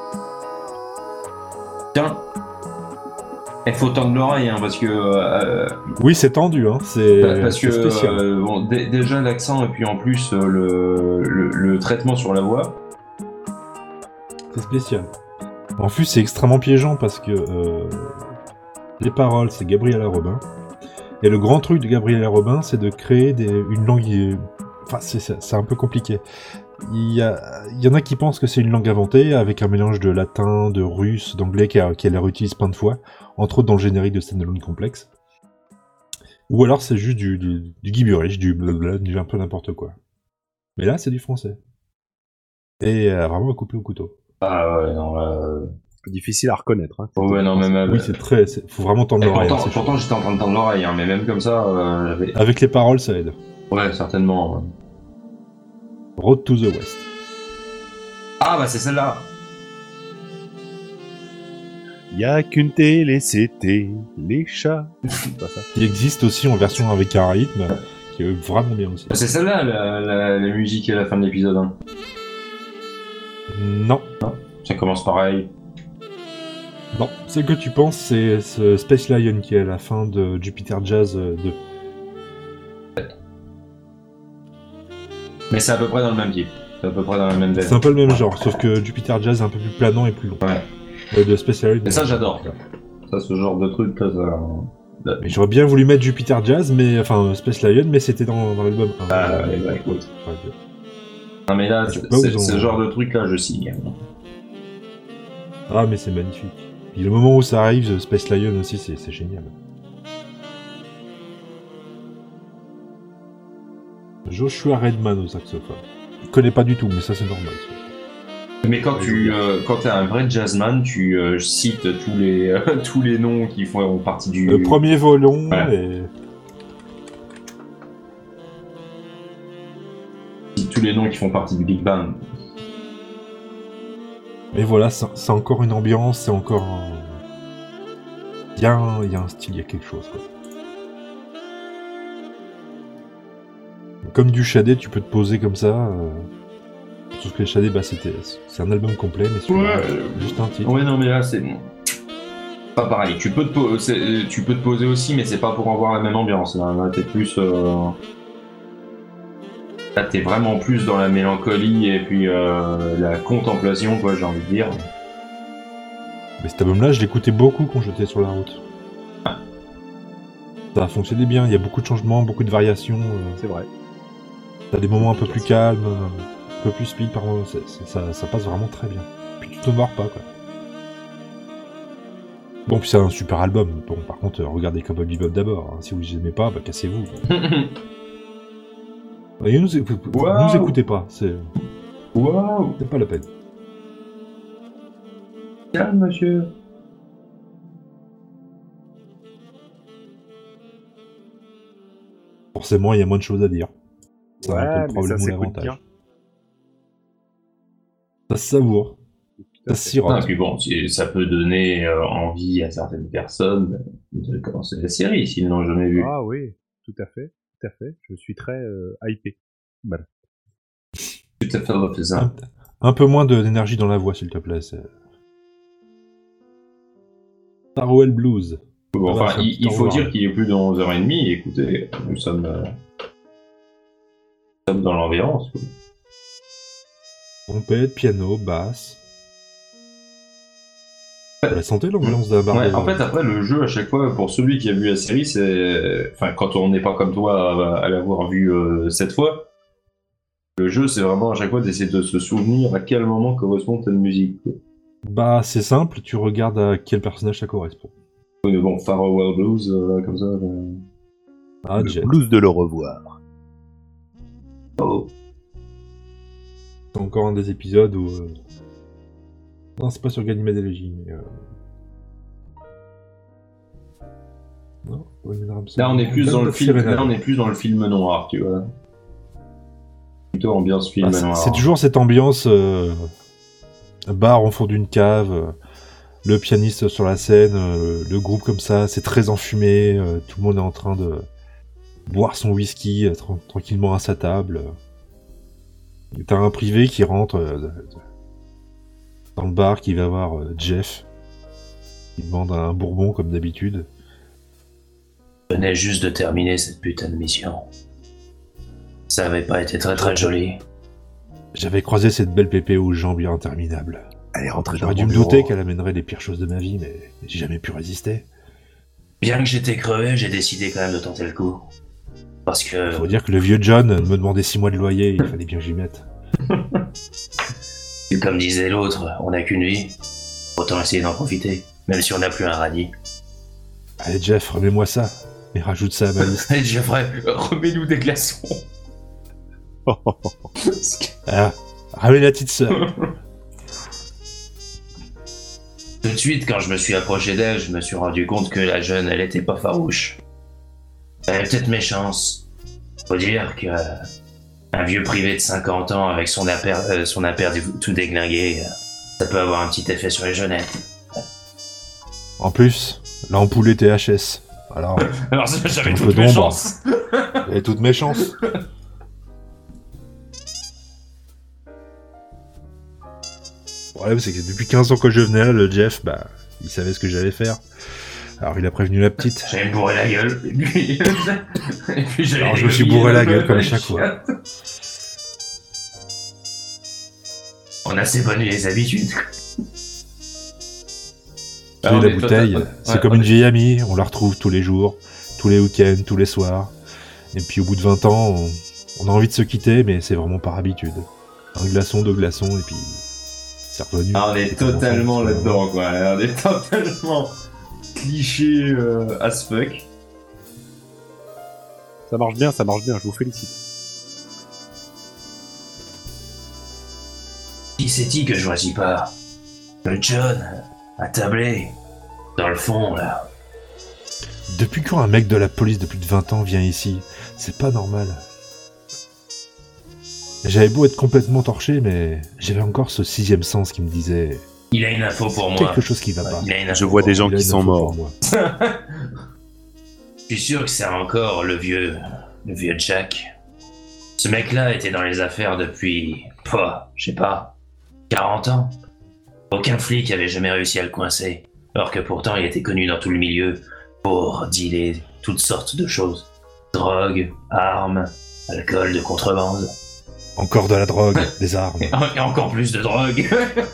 Tiens, il faut tendre l'oreille, hein, parce que... Oui, c'est tendu, hein. C'est spécial. Bon, déjà l'accent et puis en plus le traitement sur la voix. C'est spécial. En plus, c'est extrêmement piégeant parce que les paroles, c'est Gabriela Robin. Et le grand truc de Gabriela Robin, c'est de créer une langue... Enfin, c'est un peu compliqué. Il y en a qui pensent que c'est une langue inventée, avec un mélange de latin, de russe, d'anglais, qu'elle réutilise plein de fois, entre autres dans le générique de Standalone Complex. Ou alors c'est juste du gibberish, du blabla, du un peu n'importe quoi. Mais là, c'est du français. Et vraiment coupé au couteau. Ah ouais, non, difficile à reconnaître. Hein, oh ouais, non, même... Oui, faut vraiment tendre l'oreille. Pourtant, j'étais en train de tendre l'oreille, hein, mais même comme ça... Avec les paroles, ça aide. Ouais, certainement. Ouais. Road to the West. Ah bah c'est celle-là. Y'a qu'une télé, c'était les chats. C'est pas ça. Qui existe aussi en version avec un rythme, qui est vraiment bien aussi. C'est celle-là, la musique à la fin de l'épisode 1. Non. Ça commence pareil. Non, celle que tu penses, c'est ce Space Lion qui est à la fin de Jupiter Jazz 2. Mais c'est à peu près dans le même type. C'est à peu près dans la même veine. C'est un peu le même genre, sauf que Jupiter Jazz est un peu plus planant et plus long. Ouais. De Space Lion. Mais ça, j'adore. Ça, ce genre de truc, là, ça... Mais j'aurais bien voulu mettre Jupiter Jazz, enfin Space Lion, mais c'était dans l'album 1. Ah, ouais, bah écoute. Non, mais là, c'est ce genre de truc, là, je signe. Ah, mais c'est magnifique. Et le moment où ça arrive, Space Lion aussi, c'est génial. Joshua Redman au saxophone. Je connais pas du tout, mais ça c'est normal. Mais quand t'es un vrai jazzman, tu cites tous les noms qui font partie du... Le premier violon ouais. Et... tous les noms qui font partie du Big Bang. Mais voilà, c'est encore une ambiance, c'est encore un... Il y a un style, il y a quelque chose, quoi. Comme du Shadé, tu peux te poser comme ça. Sauf que les Shadé, c'est un album complet, mais c'est juste un titre. Ouais, non, mais là, c'est pas pareil. Tu peux te poser aussi, mais c'est pas pour avoir la même ambiance. Là t'es plus... Là, t'es vraiment plus dans la mélancolie et puis la contemplation, quoi, j'ai envie de dire. Mais cet album-là, je l'écoutais beaucoup quand j'étais sur la route. Ah. Ça a fonctionné bien, il y a beaucoup de changements, beaucoup de variations. C'est vrai. T'as des moments un peu plus calmes, un peu plus speed par moment, ça passe vraiment très bien. Puis tu te mords pas, quoi. Bon, puis c'est un super album. Bon, par contre, regardez Cowboy Bebop d'abord. Hein. Si vous les aimez pas, bah cassez-vous. Et nous écoutez pas, c'est pas la peine. Calme, monsieur. Forcément, il y a moins de choses à dire. C'est un peu le problème ou l'avantage. Ça se savoure. Ça se sirote. Et puis bon, ça peut donner envie à certaines personnes de commencer la série s'ils ne l'ont jamais vue. Ah oui, tout à fait. Je suis très hypé. Voilà. Tout à fait refaisant. Un peu moins d'énergie dans la voix, s'il te plaît. Starwell Blues. Bon, enfin, il faut dire qu'il est plus de 11h30. Écoutez, nous sommes dans l'ambiance. Trompette, piano, basse. La santé, l'ambiance d'un bar. Ouais, en fait, après, le jeu, à chaque fois, pour celui qui a vu la série, c'est... Enfin, quand on n'est pas comme toi à l'avoir vu 7 fois, le jeu, c'est vraiment à chaque fois d'essayer de se souvenir à quel moment correspond telle musique. Bah, c'est simple, tu regardes à quel personnage ça correspond. Oui, mais bon, Farewell Blues, comme ça... Le Jet. Blues de le revoir. Oh. C'est encore un des épisodes où... Non, c'est pas sur Ganymede Elegy, mais... Non, là, on est plus dans le film. Là, on est plus dans le film noir, tu vois. Plutôt ambiance film noir. C'est toujours cette ambiance bar en fond d'une cave, le pianiste sur la scène, le groupe comme ça, c'est très enfumé, tout le monde est en train de boire son whisky tranquillement à sa table. T'as un privé qui rentre dans le bar, qui va voir Jeff. Il demande un bourbon comme d'habitude. Je venais juste de terminer cette putain de mission. Ça avait pas été très très joli. J'avais croisé cette belle pépé aux jambes interminables. Elle est rentrée dans J'aurais dû me douter qu'elle amènerait les pires choses de ma vie, mais j'ai jamais pu résister. Bien que j'étais crevé, j'ai décidé quand même de tenter le coup. Parce que... Faut dire que le vieux John me demandait 6 mois de loyer, il fallait bien que j'y mette. Et comme disait l'autre, on n'a qu'une vie. Autant essayer d'en profiter, même si on n'a plus un radis. Allez Jeff, remets-moi ça, et rajoute ça à ma liste. Allez Jeffrey, remets-nous des glaçons. Ah, ramène la petite sœur. Tout de suite, quand je me suis approché d'elle, je me suis rendu compte que la jeune, elle était pas farouche. Elle avait peut-être méchance. Faut dire que un vieux privé de 50 ans avec son appert tout déglingué, ça peut avoir un petit effet sur les jeunettes. En plus, l'ampoule était HS. Alors j'avais toutes mes chances. J'avais toutes mes chances. Le problème, c'est que depuis 15 ans que je venais là, le Jeff, il savait ce que j'allais faire. Alors il a prévenu la petite. J'allais me bourrer la gueule. Et puis alors je me suis bourré la gueule comme à chaque fois. On a ses bonnes les habitudes. La bouteille, c'est comme une vieille amie, on la retrouve tous les jours, tous les week-ends, tous les soirs. Et puis au bout de 20 ans, on a envie de se quitter, mais c'est vraiment par habitude. Un glaçon, 2 glaçons, et puis c'est revenu. Ah, on est totalement là-dedans, quoi. On est totalement cliché as fuck. Ça marche bien, je vous félicite. Qui c'est-il que je choisis pas? Le John, attablé, dans le fond, là. Depuis quand un mec de la police de plus de 20 ans vient ici? C'est pas normal. J'avais beau être complètement torché, mais j'avais encore ce 6e sens qui me disait... Il a une info pour moi. Quelque chose qui va pas. Je vois des gens qui sont morts. Je suis sûr que c'est encore le vieux Jack. Ce mec-là était dans les affaires depuis... je sais pas... 40 ans. Aucun flic avait jamais réussi à le coincer. Alors que pourtant il était connu dans tout le milieu pour dealer toutes sortes de choses. Drogue, armes, alcool de contrebande. Encore de la drogue, des armes. Et encore plus de drogue.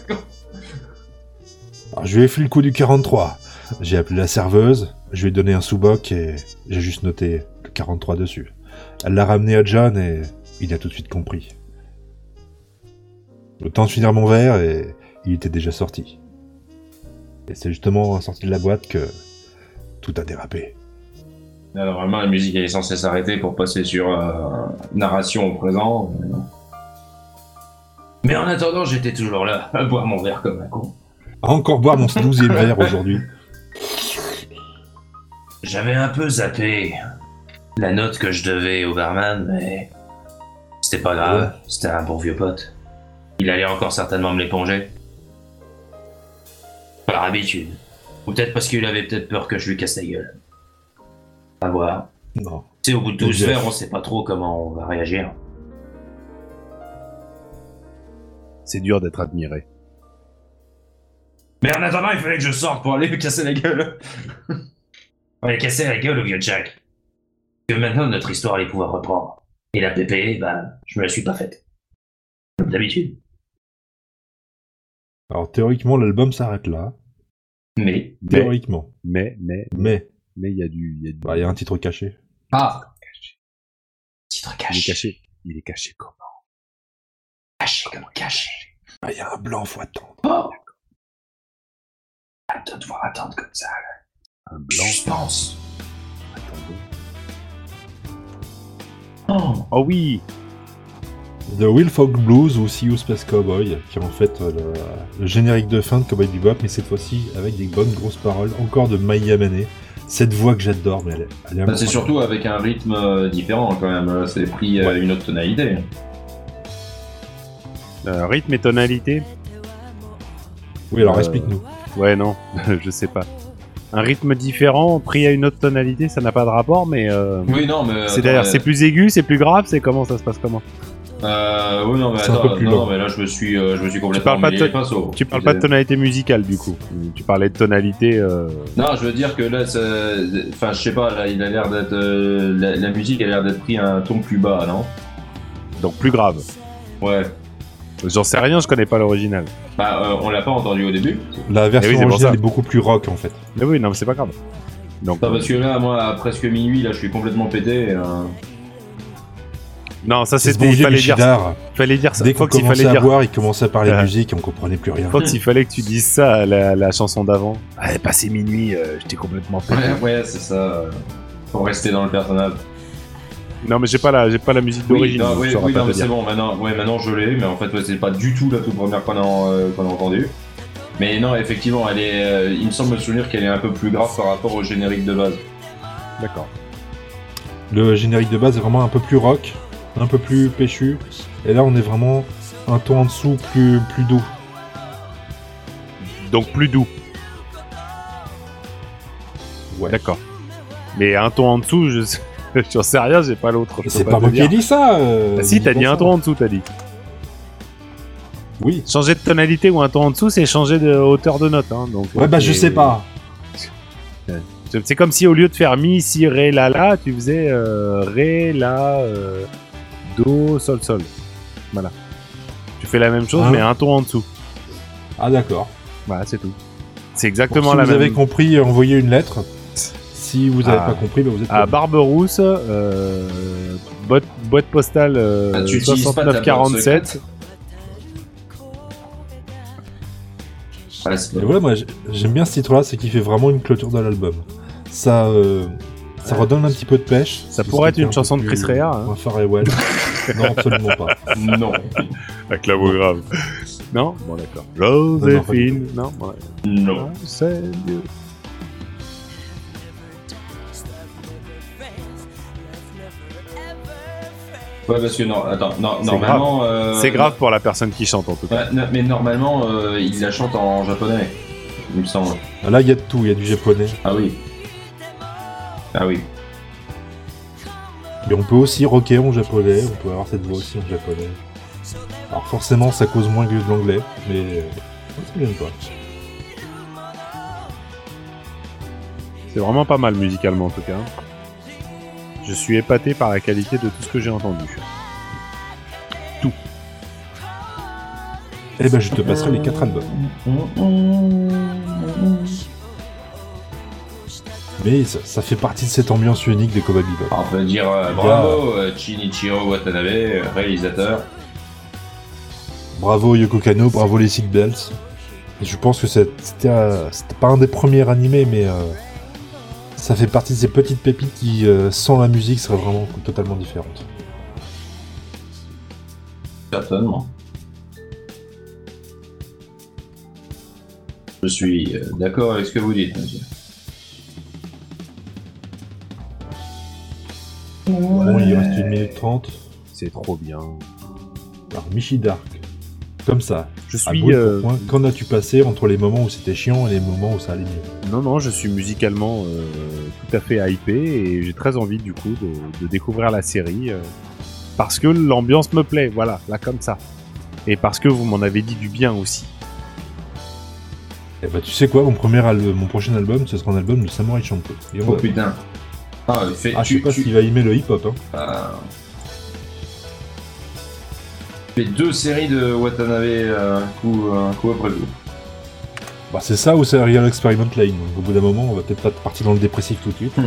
Alors, je lui ai fait le coup du 43. J'ai appelé la serveuse, je lui ai donné un sous-boc et j'ai juste noté le 43 dessus. Elle l'a ramené à John et il a tout de suite compris. Le temps de finir mon verre et il était déjà sorti. Et c'est justement en sortie de la boîte que tout a dérapé. Là, normalement, la musique elle est censée s'arrêter pour passer sur narration au présent. Mais en attendant, j'étais toujours là, à boire mon verre comme un con. À encore boire mon 12e verre aujourd'hui. J'avais un peu zappé la note que je devais au barman, mais C'était pas grave, c'était un bon vieux pote. Il allait encore certainement me l'éponger. Par habitude. Ou peut-être parce qu'il avait peut-être peur que je lui casse la gueule. À voir. Non. Tu sais, au bout de 12 verres, on sait pas trop comment on va réagir. C'est dur d'être admiré. Mais en attendant, il fallait que je sorte pour aller lui casser la gueule. On lui a cassé la gueule au vieux Jack. Que maintenant, notre histoire allait pouvoir reprendre. Et la pépé, je me la suis pas faite. Comme d'habitude. Alors théoriquement, l'album s'arrête là. Mais théoriquement. Mais il y a il y a un titre caché. Ah. Titre caché. Il est caché comment? Caché comme caché. Il y a un blanc, faut attendre. Oh. Hâte de devoir attendre comme ça. Un blanc. Suspense. Attendons. Oh oui. The Will Folk Blues ou See You Space Cowboy, qui est en fait le générique de fin de Cowboy Bebop, mais cette fois-ci avec des bonnes grosses paroles, encore de Mai Yamane. Cette voix que j'adore, mais elle est c'est surtout avec un rythme différent quand même, c'est pris une autre tonalité. Rythme et tonalité. Oui, alors explique-nous. Ouais, non, je sais pas. Un rythme différent, pris à une autre tonalité, ça n'a pas de rapport, mais... Oui, non, mais... C'est-à-dire, c'est plus aigu, c'est plus grave, c'est comment, ça se passe comment? Oui, non, mais attends, non, mais là, je me suis complètement mêlé les pinceaux. Tu parles pas de tonalité musicale, du coup. Tu parlais de tonalité... Non, je veux dire que là, enfin, je sais pas, là, il a l'air d'être... la musique a l'air d'être pris à un ton plus bas, non? Donc plus grave. Ouais. J'en sais rien, je connais pas l'original. On l'a pas entendu au début. La version originale est beaucoup plus rock, en fait. Mais oui, non, mais c'est pas grave. Donc, parce que là, moi, à presque minuit, là, je suis complètement pété. Non, ça c'était. Il fallait dire ça. Dès qu'on commençait à boire, il commençait à parler de musique et on comprenait plus rien. Fox, il fallait que tu dises ça à la chanson d'avant. Passé minuit, j'étais complètement pété. Ouais, c'est ça. Pour rester dans le personnage. Non, mais j'ai pas la musique d'origine. Oui, non, mais c'est bon, maintenant je l'ai, mais en fait, c'est pas du tout la toute première qu'on a entendue. Mais non, effectivement, elle est, il me semble me souvenir qu'elle est un peu plus grave par rapport au générique de base. D'accord. Le générique de base est vraiment un peu plus rock, un peu plus péchu, et là on est vraiment un ton en dessous plus doux. Donc plus doux. Ouais. D'accord. Mais un ton en dessous, j'en sais rien, j'ai pas l'autre. C'est pas moi qui ai dit ça. Si, t'as dit un ton en dessous, t'as dit. Oui. Changer de tonalité ou un ton en dessous, c'est changer de hauteur de note. Hein, donc, ouais, je sais pas. C'est comme si au lieu de faire mi, si, ré, la, la, tu faisais ré, la, do, sol, sol. Voilà. Tu fais la même chose, mais un ton en dessous. Ah, d'accord. Voilà, c'est tout. C'est exactement la même. Si vous avez compris, envoyez une lettre. Si vous n'avez pas compris, vous êtes... À Barberousse, boîte postale 6947. Et voilà, moi j'aime bien ce titre-là, c'est qu'il fait vraiment une clôture de l'album. Ça redonne un petit peu de pêche. Ça pourrait être une chanson de Chris Rea. Un Pharrell. Non, absolument pas. Non. Avec la voix grave. Non. Bon, d'accord. Joséphine. Non. Non. C'est Dieu. Ouais, parce que normalement... C'est grave pour la personne qui chante, en tout cas. Mais normalement, il la chante en japonais, il me semble. Là, il y a de tout, il y a du japonais. Ah oui. Mais on peut aussi rocker en japonais, on peut avoir cette voix aussi en japonais. Alors forcément, ça cause moins que de l'anglais, mais ça m'aime pas. C'est vraiment pas mal musicalement, en tout cas. Je suis épaté par la qualité de tout ce que j'ai entendu. Tout. Eh ben, je te passerai les 4 albums. Mais ça fait partie de cette ambiance unique des Cowboy Bebop. On peut dire bravo Shinichiro Watanabe, réalisateur. Bravo Yoko Kanno, bravo les Seat Belts. Et je pense que c'était pas un des premiers animés, mais ça fait partie de ces petites pépites qui, sans la musique, seraient vraiment totalement différentes. Certainement. Je suis d'accord avec ce que vous dites, monsieur. Bon, il reste 1 minute 30. c'est trop bien. Alors, Michi Dark, comme ça. Je suis. Qu'en as-tu passé entre les moments où c'était chiant et les moments où ça allait mieux? Non, je suis musicalement tout à fait hypé et j'ai très envie du coup de découvrir la série parce que l'ambiance me plaît, voilà, là comme ça. Et parce que vous m'en avez dit du bien aussi. Eh bah, tu sais quoi, mon prochain album, ce sera un album de Samurai Champloo. Oh putain. Je sais pas s'il va aimer le hip-hop. Hein. Les 2 séries de Watanabe coup après coup. Bah, c'est ça ou c'est Real Experiment Line. Donc, au bout d'un moment, on va peut-être pas partir dans le dépressif tout de suite.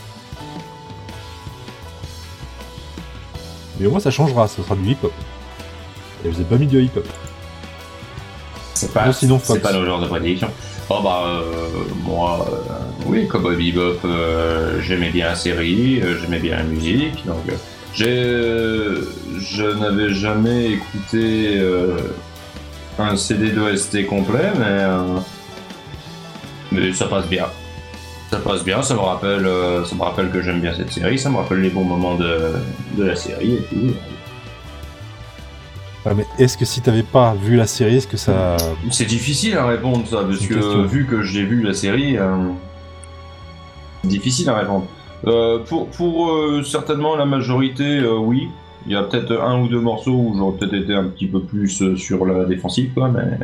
Mais au moins, ça changera, ça sera du hip-hop. Et vous avez pas mis de hip-hop. C'est pas le genre de prédiction. Moi, oui, Cowboy Bebop, j'aimais bien la série, j'aimais bien la musique, donc je n'avais jamais écouté un CD d'OST complet, mais ça passe bien. Ça passe bien, ça me rappelle que j'aime bien cette série, ça me rappelle les bons moments de la série et tout. Ah, mais est-ce que si t'avais pas vu la série, est-ce que ça... C'est difficile à répondre ça, parce que vu que j'ai vu la série, difficile à répondre. Pour certainement la majorité, oui. Il y a peut-être 1 ou 2 morceaux où j'aurais peut-être été un petit peu plus sur la défensive, quoi, mais...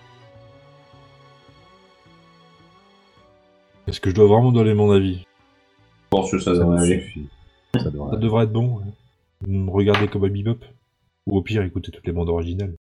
Est-ce que je dois vraiment donner mon avis? Je pense que ça devrait aller. Ça devrait être bon. Ouais. Regardez Cowboy Bebop. Ou au pire, écoutez toutes les bandes originales.